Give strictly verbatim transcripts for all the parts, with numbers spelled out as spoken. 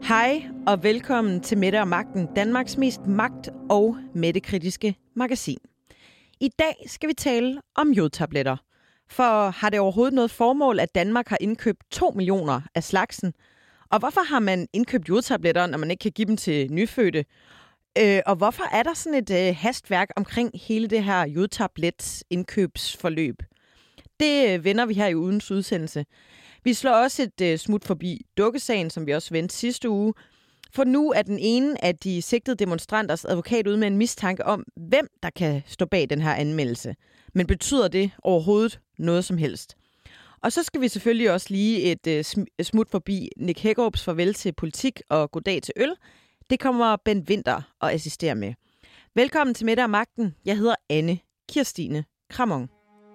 Hej og velkommen til Mette og Magten, Danmarks mest magt- og mættekritiske magasin. I dag skal vi tale om jodtabletter. For har det overhovedet noget formål, at Danmark har indkøbt to millioner af slagsen? Og hvorfor har man indkøbt jodtabletter, når man ikke kan give dem til nyfødte? Øh, og hvorfor er der sådan et øh, hastværk omkring hele det her jodtablets indkøbsforløb? Det øh, vender vi her i ugens udsendelse. Vi slår også et øh, smut forbi dukkesagen, som vi også vendte sidste uge. For nu er den ene af de sigtede demonstranters advokat ude med en mistanke om, hvem der kan stå bag den her anmeldelse. Men betyder det overhovedet noget som helst? Og så skal vi selvfølgelig også lige et øh, smut forbi Nick Hækkerups farvel til politik og goddag til øl. Det kommer Bent Winther og assisterer med. Velkommen til Mette og Magten. Jeg hedder Anne Kirstine Kramon.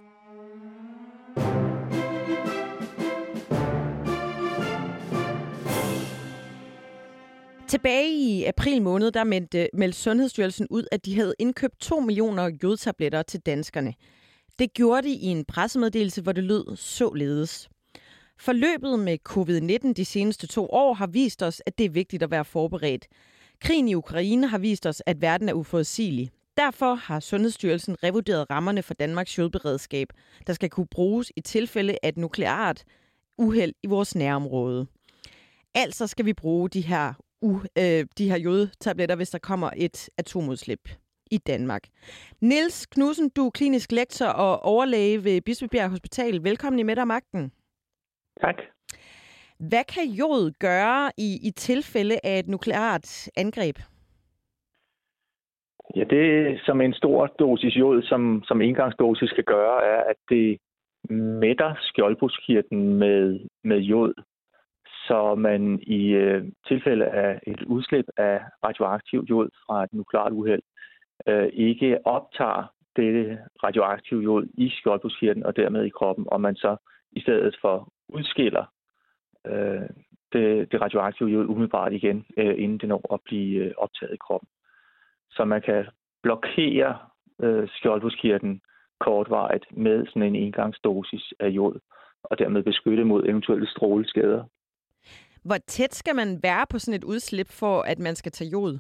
Tilbage i april måned, der meldte, meldte Sundhedsstyrelsen ud, at de havde indkøbt to millioner jodtabletter til danskerne. Det gjorde de i en pressemeddelelse, hvor det lød således. Forløbet med covid nitten de seneste to år har vist os, at det er vigtigt at være forberedt. Krigen i Ukraine har vist os, at verden er uforudsigelig. Derfor har Sundhedsstyrelsen revurderet rammerne for Danmarks jodberedskab, der skal kunne bruges i tilfælde af et nukleart uheld i vores nærområde. Altså skal vi bruge de her Uh, øh, de her jodtabletter, hvis der kommer et atomudslip i Danmark. Niels Knudsen, du er klinisk lektor og overlæge ved Bispebjerg Hospital. Velkommen i Mette og Magten. Tak. Hvad kan jod gøre i, i tilfælde af et nukleart angreb? Ja, det som en stor dosis jod, som, som engangsdosis skal gøre, er, at det mætter skjoldbruskkirtlen med, med jod, så man i øh, tilfælde af et udslip af radioaktiv jod fra et nukleart uheld øh, ikke optager dette radioaktive jod i skjoldbruskkirtlen og dermed i kroppen, og man så i stedet for udskiller øh, det, det radioaktive jod umiddelbart igen, øh, inden det når at blive øh, optaget i kroppen. Så man kan blokere øh, skjoldbruskkirtlen kortvarigt med sådan en engangsdosis af jod, og dermed beskytte mod eventuelle stråleskader. Hvor tæt skal man være på sådan et udslip, for at man skal tage jod?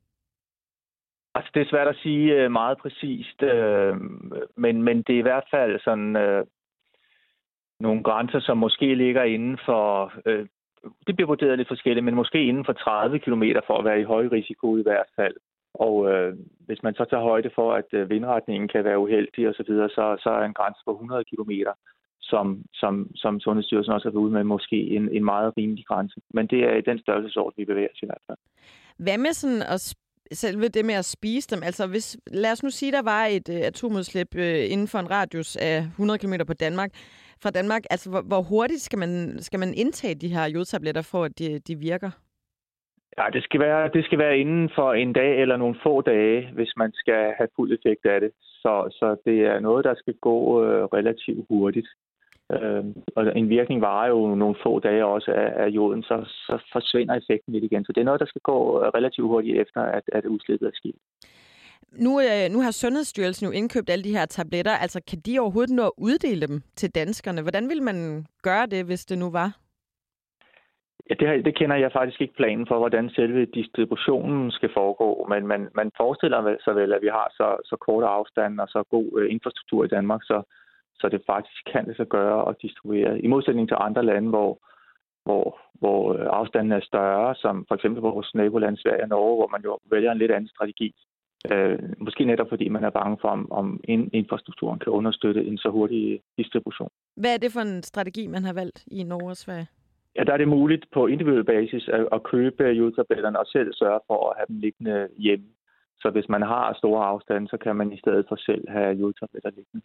Altså, det er svært at sige meget præcist, øh, men, men det er i hvert fald sådan øh, nogle grænser, som måske ligger inden for, øh, det bliver vurderet lidt forskelligt, men måske inden for tredive kilometer for at være i høj risiko i hvert fald. Og øh, hvis man så tager højde for, at øh, vindretningen kan være uheldig osv., så, så, så er en grænse på hundrede kilometer. Som, som, som Sundhedsstyrelsen også har været ude med, måske en, en meget rimelig grænse. Men det er i den størrelsesorden, vi bevæger os i hvert fald. Hvad med sådan at selve det med at spise dem? Altså hvis, lad os nu sige, der var et uh, atomudslip uh, inden for en radius af hundrede kilometer på Danmark, fra Danmark. Altså hvor, hvor hurtigt skal man, skal man indtage de her jodtabletter, for at de, de virker? Ja, det skal, være, det skal være inden for en dag eller nogle få dage, hvis man skal have fuld effekt af det. Så, så det er noget, der skal gå uh, relativt hurtigt. Øh, og en virkning varer jo nogle få dage også af, af joden, så, så forsvinder effekten lidt igen. Så det er noget, der skal gå relativt hurtigt efter, at, at udslippet er sket. Nu, øh, nu har Sundhedsstyrelsen jo indkøbt alle de her tabletter. Altså, kan de overhovedet nå at uddele dem til danskerne? Hvordan vil man gøre det, hvis det nu var? Ja, det, her, det kender jeg faktisk ikke planen for, hvordan selve distributionen skal foregå. Men man, man forestiller sig vel, at vi har så, så korte afstande og så god øh, infrastruktur i Danmark, så så det faktisk kan det så gøre at distribuere. I modsætning til andre lande, hvor, hvor, hvor afstanden er større, som for eksempel vores naboland Sverige og Norge, hvor man jo vælger en lidt anden strategi. Øh, måske netop fordi man er bange for, om, om infrastrukturen kan understøtte en så hurtig distribution. Hvad er det for en strategi, man har valgt i Norge og Sverige? Ja, der er det muligt på individuel basis at, at købe jodtabletterne og selv sørge for at have dem liggende hjemme. Så hvis man har store afstande, så kan man i stedet for selv have jodtabletter liggende.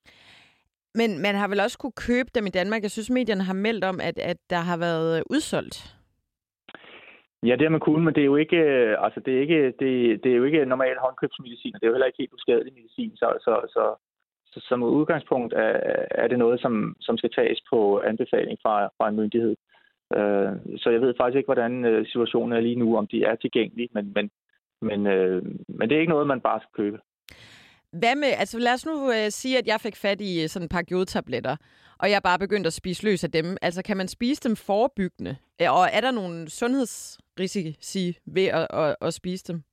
Men man har vel også kunne købe dem i Danmark. Jeg synes, medierne har meldt om, at, at der har været udsolgt. Ja, det har man kunnet, men det er jo ikke, altså det er ikke, det, det er jo ikke normal håndkøbsmedicin, og det er jo heller ikke helt uskadelig medicin. Så, så, så, så som udgangspunkt er, er det noget, som, som skal tages på anbefaling fra, fra en myndighed. Uh, så jeg ved faktisk ikke, hvordan situationen er lige nu, om de er tilgængelige, men, men, men, uh, men det er ikke noget, man bare skal købe. Hvad med, altså lad os nu uh, sige, at jeg fik fat i sådan et par jodtabletter, og jeg bare begyndte at spise løs af dem. Altså kan man spise dem forebyggende? Og er der nogle sundhedsrisici ved at, at, at spise dem?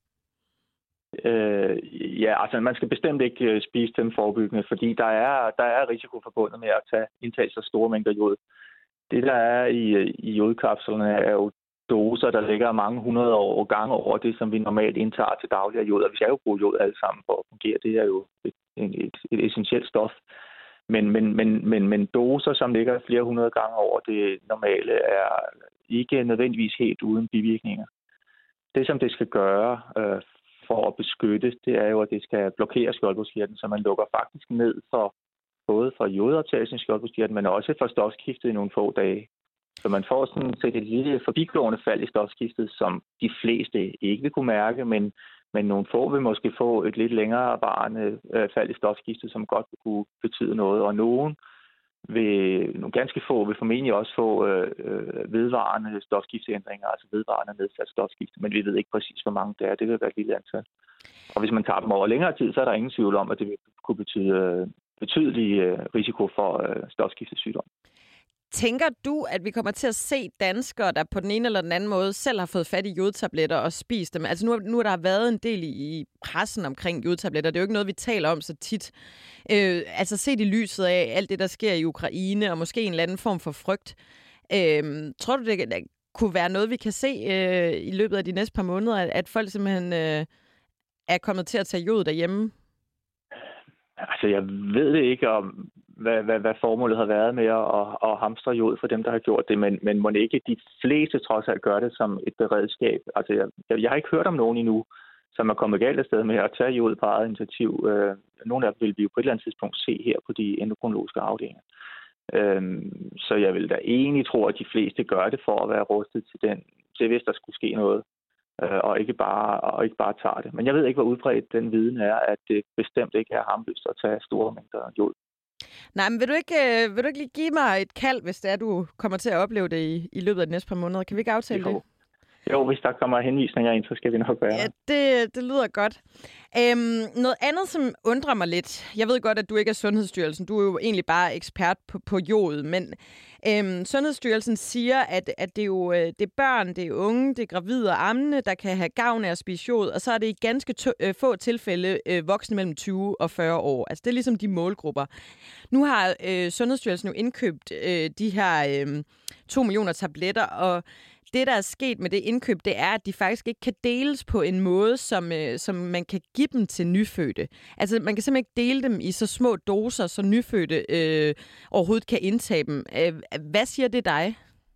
Øh, ja, altså man skal bestemt ikke spise dem forebyggende, fordi der er, der er risiko forbundet med at tage indtage så store mængder jod. Det, der er i, i jodkapslerne, er jo doser, der ligger mange hundrede år gange over det, som vi normalt indtager til daglig af jod. Og vi skal jo bruge jod alle sammen for at fungere. Det er jo et, et, et essentielt stof. Men, men, men, men, men doser, som ligger flere hundrede gange over det normale, er ikke nødvendigvis helt uden bivirkninger. Det, som det skal gøre øh, for at beskytte, det er jo, at det skal blokere skjoldbruskkirtlen, så man lukker faktisk ned for både for jodoptagelsen i skjoldbruskkirtlen, men også for stofskiftet i nogle få dage. Så man får sådan set et lille forbigående fald i stofskiftet, som de fleste ikke vil kunne mærke, men, men nogle få vil måske få et lidt længere varende øh, fald i stofskiftet, som godt vil kunne betyde noget. Og nogen vil, nogle ganske få vil formentlig også få øh, øh, vedvarende stofskifteændringer, altså vedvarende nedsat stofskifte, men vi ved ikke præcis, hvor mange det er. Det vil være et lille antal. Og hvis man tager dem over længere tid, så er der ingen tvivl om, at det vil kunne betyde øh, betydelig øh, risiko for øh, stofskiftesygdom. Tænker du, at vi kommer til at se danskere, der på den ene eller den anden måde selv har fået fat i jodtabletter og spist dem? Altså nu, nu har der været en del i, i pressen omkring jodtabletter. Det er jo ikke noget, vi taler om så tit. Øh, altså set i lyset af alt det, der sker i Ukraine, og måske en eller anden form for frygt. Øh, tror du, det kunne være noget, vi kan se øh, i løbet af de næste par måneder, at, at folk simpelthen øh, er kommet til at tage jod derhjemme? Altså, jeg ved det ikke, om hvad, hvad, hvad formålet har været med at, at, at hamstre jod for dem, der har gjort det, men, men må ikke de fleste trods alt gøre det som et beredskab. Altså, jeg, jeg, jeg har ikke hørt om nogen endnu, som er kommet galt afsted med at tage jod på eget initiativ. Øh, nogle af dem vil vi jo på et eller andet tidspunkt se her på de endokrinologiske afdelinger. Øh, så jeg vil da egentlig tro, at de fleste gør det for at være rustet til den, til hvis der skulle ske noget. Og ikke, bare, og ikke bare tager det. Men jeg ved ikke, hvor udbredt den viden er, at det bestemt ikke er harmløst at tage store mængder jod. Nej, men vil du ikke, vil du ikke lige give mig et kald, hvis det er, du kommer til at opleve det i, i løbet af de næste par måneder? Kan vi ikke aftale jo. det? Jo, hvis der kommer henvisninger ind, så skal vi nok være. Ja, det, det lyder godt. Øhm, noget andet, som undrer mig lidt. Jeg ved godt, at du ikke er Sundhedsstyrelsen. Du er jo egentlig bare ekspert på, på jod. Men øhm, Sundhedsstyrelsen siger, at, at det, er jo, det er børn, det er unge, det er gravide og ammende, der kan have gavn af at spise jod. Og så er det i ganske to, øh, få tilfælde øh, voksne mellem tyve og fyrre år. Altså det er ligesom de målgrupper. Nu har øh, Sundhedsstyrelsen jo indkøbt øh, de her øh, to millioner tabletter, og det, der er sket med det indkøb, det er, at de faktisk ikke kan deles på en måde, som, øh, som man kan give dem til nyfødte. Altså, man kan simpelthen ikke dele dem i så små doser, så nyfødte øh, overhovedet kan indtage dem. Øh, hvad siger det dig?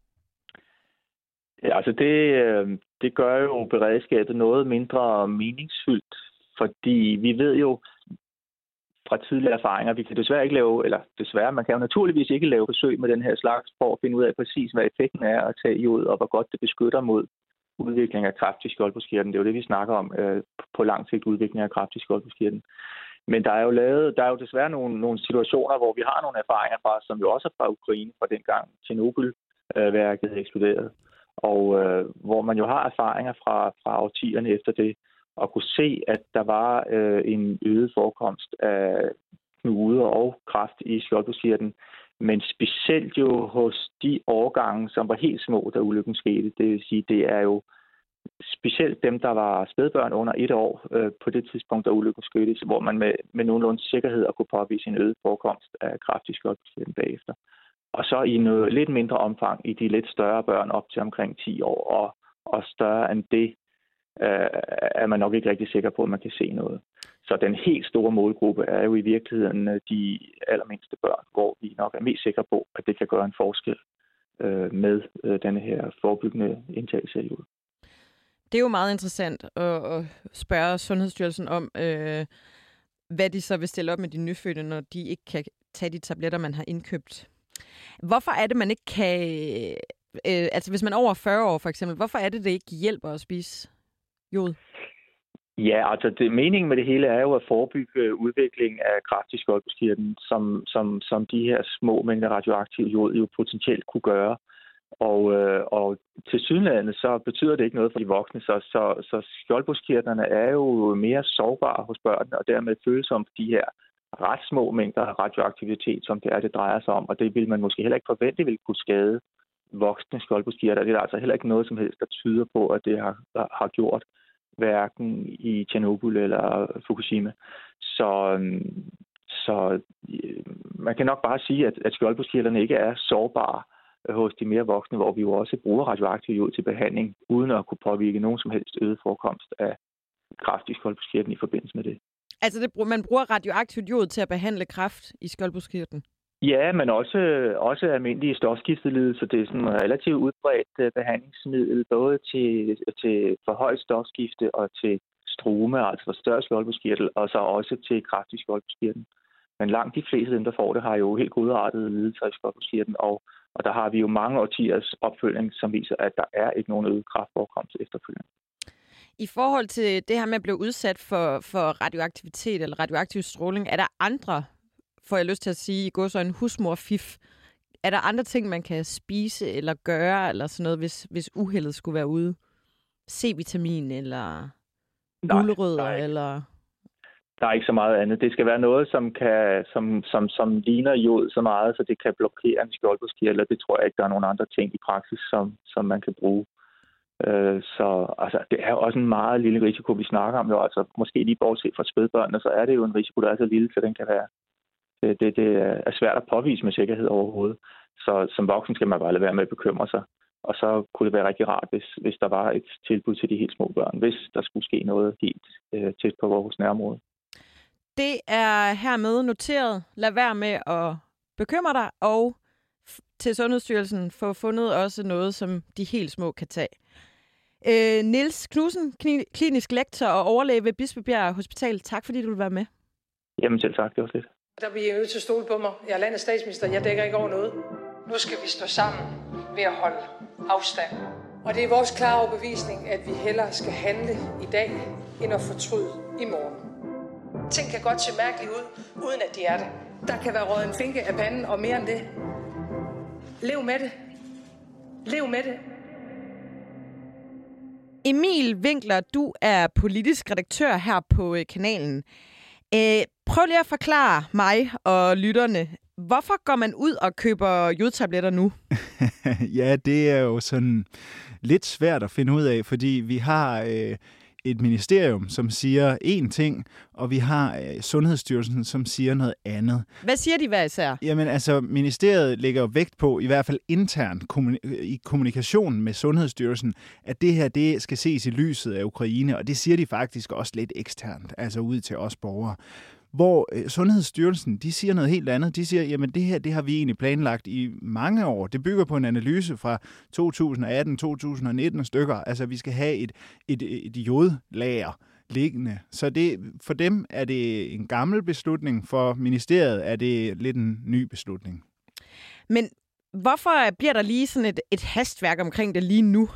Ja, altså, det, øh, det gør jo beredskabet noget mindre meningsfyldt, fordi vi ved jo fra tidligere erfaringer, vi kan desværre ikke lave, eller desværre, man kan jo naturligvis ikke lave forsøg med den her slags, for at finde ud af præcis, hvad effekten er at tage jod, og hvor godt det beskytter mod udvikling af kræft i skjoldbruskkirtlen. Det er jo det, vi snakker om øh, på lang sigt, udvikling af kræft i skjoldbruskkirtlen. Men der er jo lavet, der er jo desværre nogle, nogle situationer, hvor vi har nogle erfaringer fra, som jo også er fra Ukraine, fra dengang Tjernobyl-værket øh, eksploderede, og øh, hvor man jo har erfaringer fra, fra årtierne efter det, og kunne se, at der var øh, en øget forekomst af knuder og kræft i skjoldbruskkirtlen, men specielt jo hos de årgange, som var helt små, da ulykken skete. Det vil sige, det er jo specielt dem, der var spædbørn under et år øh, på det tidspunkt, da ulykken skete, hvor man med, med nogenlunde sikkerhed kunne påvise en øget forekomst af kræft i skjoldbruskkirtlen bagefter. Og så i noget lidt mindre omfang i de lidt større børn op til omkring ti år, og, og større end det, er man nok ikke rigtig sikker på, at man kan se noget. Så den helt store målgruppe er jo i virkeligheden de allermindste børn, hvor vi nok er mest sikre på, at det kan gøre en forskel med denne her forebyggende indtagelse af jod. Det er jo meget interessant at spørge Sundhedsstyrelsen om, øh, hvad de så vil stille op med de nyfødte, når de ikke kan tage de tabletter, man har indkøbt. Hvorfor er det, man ikke kan... Øh, altså hvis man er over fyrre år for eksempel, hvorfor er det, det ikke hjælper at spise jod? Ja, altså det, meningen med det hele er jo at forebygge udvikling af kræft i skjoldbruskkirtlen, som, som, som de her små mængder radioaktiv jod jo potentielt kunne gøre. Og, øh, og tilsyneladende så betyder det ikke noget for de voksne, så, så, så skjoldbruskkirtlerne er jo mere sårbare hos børnene, og dermed følsomme for de her ret små mængder af radioaktivitet, som det er, det drejer sig om. Og det vil man måske heller ikke forvente vil kunne skade voksne skjoldbruskkirtler. Det er altså heller ikke noget som helst, der tyder på, at det har, har gjort hverken i Tjernobyl eller Fukushima. Så, så man kan nok bare sige, at, at skjoldbruskkirtlerne ikke er sårbare hos de mere voksne, hvor vi jo også bruger radioaktiv jod til behandling, uden at kunne påvirke nogen som helst øget forekomst af kræft i skjoldbruskkirtlen i forbindelse med det. Altså det, man bruger radioaktivt jod til at behandle kræft i skjoldbruskkirtlen? Ja, men også, også almindelige stofskiftelidelser. Det er sådan et relativt udbredt behandlingsmiddel, både til, til forhøjet stofskifte og til strome, altså forstørret skjoldbruskkirtel, og så også til kræft i skjoldbruskkirtlen. Men langt de fleste af dem, der får det, har jo helt godartede lidelser i skjoldbruskkirtlen, og, og der har vi jo mange årtiers opfølgning, som viser, at der er ikke nogen øget kræftforekomst efterfølgende. I forhold til det her med at blive udsat for, for radioaktivitet eller radioaktiv stråling, er der andre, får jeg lyst til at sige, i går så en husmorfif, er der andre ting, man kan spise eller gøre, eller sådan noget, hvis, hvis uheldet skulle være ude? C-vitamin eller gulerødder eller... Der er ikke så meget andet. Det skal være noget, som kan, som, som, som ligner jod så meget, så det kan blokere en skjoldbruskkirtel. Det tror jeg ikke, der er nogen andre ting i praksis, som, som man kan bruge. Øh, så altså, det er jo også en meget lille risiko, vi snakker om. Jo. Altså, måske lige bortset fra spædbørnene, så er det jo en risiko, der er så lille, så den kan være. Det, det, det er svært at påvise med sikkerhed overhovedet. Så som voksen skal man bare lade være med at bekymre sig. Og så kunne det være rigtig rart, hvis, hvis der var et tilbud til de helt små børn, hvis der skulle ske noget helt øh, tæt på vores nærområde. Det er hermed noteret. Lad være med at bekymre dig, og til Sundhedsstyrelsen få fundet også noget, som de helt små kan tage. Øh, Niels Knudsen, klinisk lektor og overlæge ved Bispebjerg Hospital. Tak fordi du vil være med. Jamen selv tak, det var lidt. Der bliver I nødt til at stole på mig. Jeg er landets statsminister, jeg dækker ikke over noget. Nu skal vi stå sammen ved at holde afstand. Og det er vores klare overbevisning, at vi hellere skal handle i dag, end at fortryde i morgen. Ting kan godt se mærkeligt ud, uden at de er det. Der kan være røget en finke af panden, og mere end det. Lev med det. Lev med det. Emil Winkler, du er politisk redaktør her på kanalen. Øh, prøv lige at forklare mig og lytterne, hvorfor går man ud og køber jodtabletter nu? Ja, det er jo sådan lidt svært at finde ud af, fordi vi har øh, et ministerium, som siger én ting, og vi har øh, Sundhedsstyrelsen, som siger noget andet. Hvad siger de hver især? Jamen altså, ministeriet lægger jo vægt på, i hvert fald internt kommuni- i kommunikationen med Sundhedsstyrelsen, at det her, det skal ses i lyset af Ukraine, og det siger de faktisk også lidt eksternt, altså ud til os borgere. Hvor øh, Sundhedsstyrelsen, de siger noget helt andet. De siger, jamen det her, det har vi egentlig planlagt i mange år. Det bygger på en analyse fra to tusind atten til to tusind nitten stykker. Altså vi skal have et, et, et jodlager liggende. Så det, for dem er det en gammel beslutning, for ministeriet er det lidt en ny beslutning. Men hvorfor bliver der lige sådan et, et hastværk omkring det lige nu?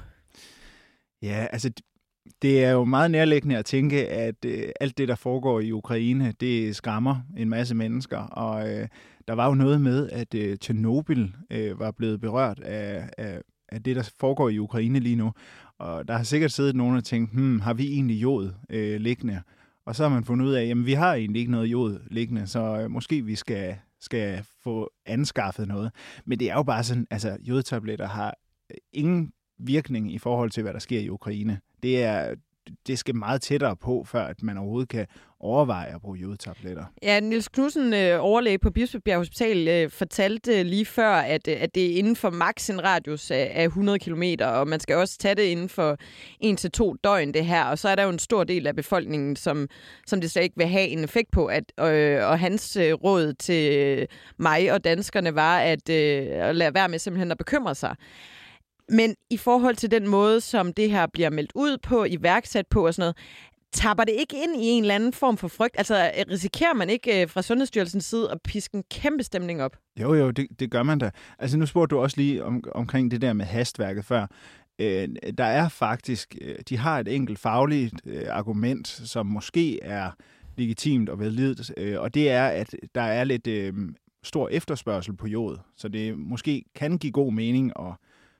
Ja, altså det er jo meget nærliggende at tænke, at øh, alt det, der foregår i Ukraine, det skræmmer en masse mennesker. Og øh, der var jo noget med, at øh, Tjernobyl øh, var blevet berørt af, af, af det, der foregår i Ukraine lige nu. Og der har sikkert siddet nogen og tænkt, hmm, har vi egentlig jod øh, liggende? Og så har man fundet ud af, jamen vi har egentlig ikke noget jod liggende, så øh, måske vi skal, skal få anskaffet noget. Men det er jo bare sådan, altså jodtabletter har ingen virkning i forhold til, hvad der sker i Ukraine. Det er det skal meget tættere på, før at man overhovedet kan overveje at bruge jodtabletter. Ja, Niels Knudsen, overlæge på Bispebjerg Hospital, fortalte lige før, at, at det er inden for maks en radius af hundrede kilometer, og man skal også tage det inden for en til to døgn, det her. Og så er der jo en stor del af befolkningen, som, som det slet ikke vil have en effekt på. At, øh, og hans råd til mig og danskerne var, at, øh, at lade være med simpelthen at bekymre sig. Men i forhold til den måde, som det her bliver meldt ud på, iværksat på og sådan noget, tapper det ikke ind i en eller anden form for frygt? Altså risikerer man ikke fra Sundhedsstyrelsens side at piske en kæmpe stemning op? Jo, jo, det, det gør man da. Altså nu spurgte du også lige om, omkring det der med hastværket før. Øh, der er faktisk, de har et enkelt fagligt øh, argument, som måske er legitimt og validt, øh, og det er, at der er lidt øh, stor efterspørgsel på jod, så det måske kan give god mening at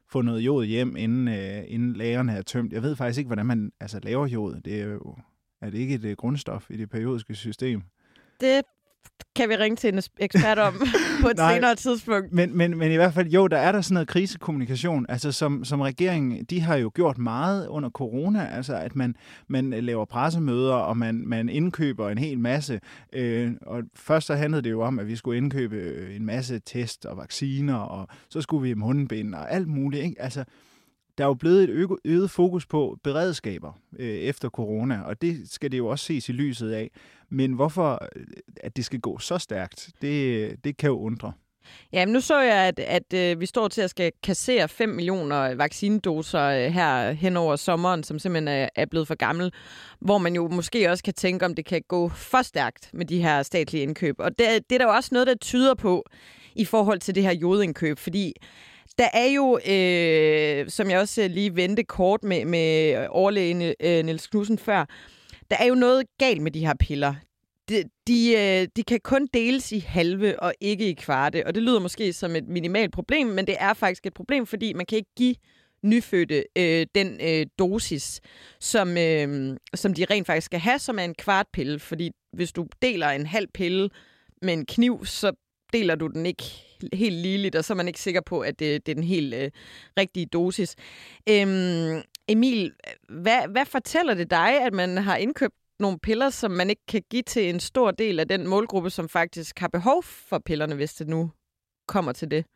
få noget jod hjem, inden, øh, inden lagerne er tømt. Jeg ved faktisk ikke, hvordan man altså, laver jod. Det er jo er det ikke et uh, grundstof i det periodiske system. Det kan vi ringe til en ekspert om på et Nej, senere tidspunkt. Men, men, men i hvert fald, jo, der er der sådan noget krisekommunikation. Altså som, som regeringen, de har jo gjort meget under corona, altså at man, man laver pressemøder, og man, man indkøber en hel masse. Øh, og først så handlede det jo om, at vi skulle indkøbe en masse test og vacciner, og så skulle vi mundbind og alt muligt, ikke? Altså, der er jo blevet et øget fokus på beredskaber øh, efter corona, og det skal det jo også ses i lyset af. Men hvorfor at det skal gå så stærkt, det, det kan jo undre. Ja, men nu så jeg, at, at, at vi står til at skal kassere fem millioner vaccinedoser her hen over sommeren, som simpelthen er, er blevet for gammel, hvor man jo måske også kan tænke, om det kan gå for stærkt med de her statlige indkøb. Og det, det er der jo også noget, der tyder på i forhold til det her jodindkøb, fordi der er jo, øh, som jeg også lige vendte kort med, med overlægen øh, Niels Knudsen før, der er jo noget galt med de her piller. De, de, øh, de kan kun deles i halve og ikke i kvarte, og det lyder måske som et minimalt problem, men det er faktisk et problem, fordi man kan ikke give nyfødte øh, den øh, dosis, som, øh, som de rent faktisk skal have, som er en kvartpille, fordi hvis du deler en halv pille med en kniv, så deler du den ikke helt ligeligt, og så er man ikke sikker på, at det, det er den helt øh, rigtige dosis. Øhm, Emil, hvad, hvad fortæller det dig, at man har indkøbt nogle piller, som man ikke kan give til en stor del af den målgruppe, som faktisk har behov for pillerne, hvis det nu kommer til det?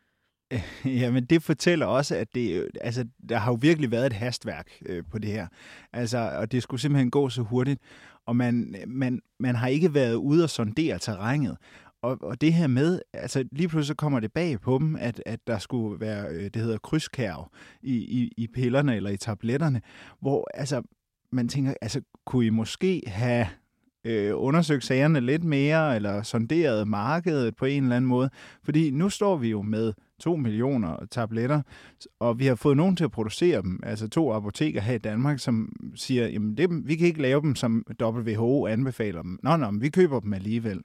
Jamen, det fortæller også, at det, altså, der har jo virkelig været et hastværk øh, på det her. Altså, og det skulle simpelthen gå så hurtigt, og man, man, man har ikke været ude og sondere terrænet. Og, og det her med, altså lige pludselig kommer det bag på dem, at, at der skulle være, det hedder krydskærv i, i, i pillerne eller i tabletterne, hvor altså, man tænker, altså kunne I måske have øh, undersøgt sagerne lidt mere, eller sonderet markedet på en eller anden måde? Fordi nu står vi jo med to millioner tabletter, og vi har fået nogen til at producere dem, altså to apoteker her i Danmark, som siger, jamen det, vi kan ikke lave dem, som W H O anbefaler dem. Nå, nå, men vi køber dem alligevel.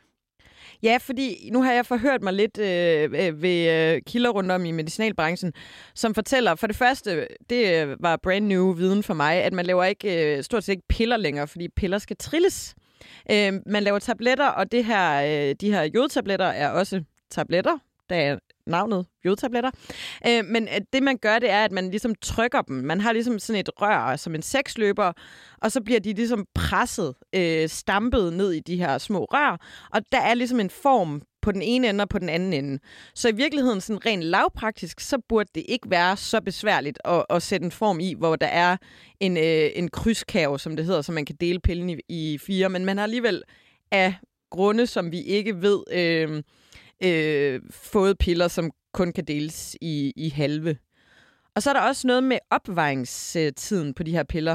Ja, fordi nu har jeg forhørt mig lidt øh, ved øh, kilder rundt om i medicinalbranchen, som fortæller, for det første, det var brand new viden for mig, at man laver ikke øh, stort set ikke piller længere, fordi piller skal trilles. Øh, man laver tabletter, og det her, øh, de her jodtabletter er også tabletter, der er navnet jodtabletter. Øh, men det, man gør, det er, at man ligesom trykker dem. Man har ligesom sådan et rør, som en seksløber, og så bliver de ligesom presset, øh, stampet ned i de her små rør, og der er ligesom en form på den ene ende og på den anden ende. Så i virkeligheden, sådan rent lavpraktisk, så burde det ikke være så besværligt at, at sætte en form i, hvor der er en, øh, en krydskærve, som det hedder, så man kan dele pillen i, i fire, men man har alligevel af grunde, som vi ikke ved, øh, øh, fået piller, som kun kan deles i, i halve. Og så er der også noget med opvaringstiden på de her piller.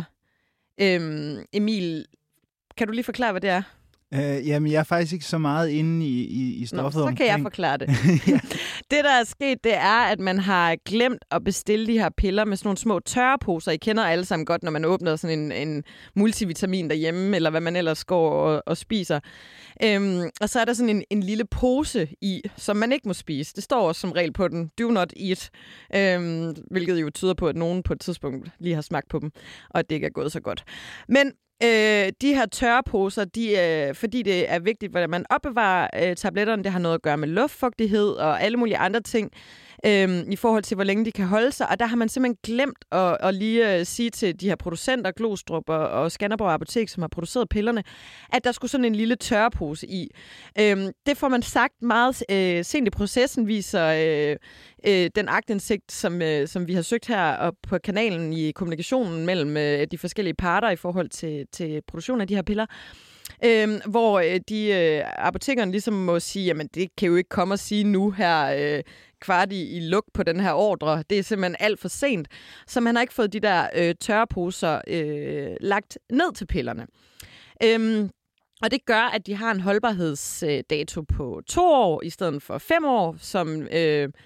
Øhm, Emil, kan du lige forklare, hvad det er? Øh, jamen, jeg er faktisk ikke så meget inde i, i, i stoffet Nå, så omkring. kan jeg forklare det. Ja. Det, der er sket, det er, at man har glemt at bestille de her piller med sådan nogle små tørreposer. I kender alle sammen godt, når man åbner sådan en, en multivitamin derhjemme, eller hvad man ellers går og, og spiser. Øhm, og så er der sådan en, en lille pose i, som man ikke må spise. Det står også som regel på den. Do not eat. Øhm, hvilket jo tyder på, at nogen på et tidspunkt lige har smagt på dem, og at det ikke er gået så godt. Men Øh, de her tørreposer, de, øh, fordi det er vigtigt, hvordan man opbevarer øh, tabletterne, det har noget at gøre med luftfugtighed og alle mulige andre ting, øh, i forhold til, hvor længe de kan holde sig. Og der har man simpelthen glemt at, at lige øh, sige til de her producenter, Glostrup og, og Skanderborg Apotek, som har produceret pillerne, at der skulle sådan en lille tørrepose i. Øh, det får man sagt meget øh, sent i processen, viser øh, øh, den aktindsigt, som, øh, som vi har søgt her på kanalen i kommunikationen mellem øh, de forskellige parter i forhold til til produktion af de her piller, øhm, hvor øh, de øh, apotekerne ligesom må sige, jamen det kan jo ikke komme og sige nu her øh, kvart i, i luk på den her ordre. Det er simpelthen alt for sent. Så man har ikke fået de der øh, tørreposer øh, lagt ned til pillerne. Øhm, og det gør, at de har en holdbarhedsdato på to år i stedet for fem år, som øh,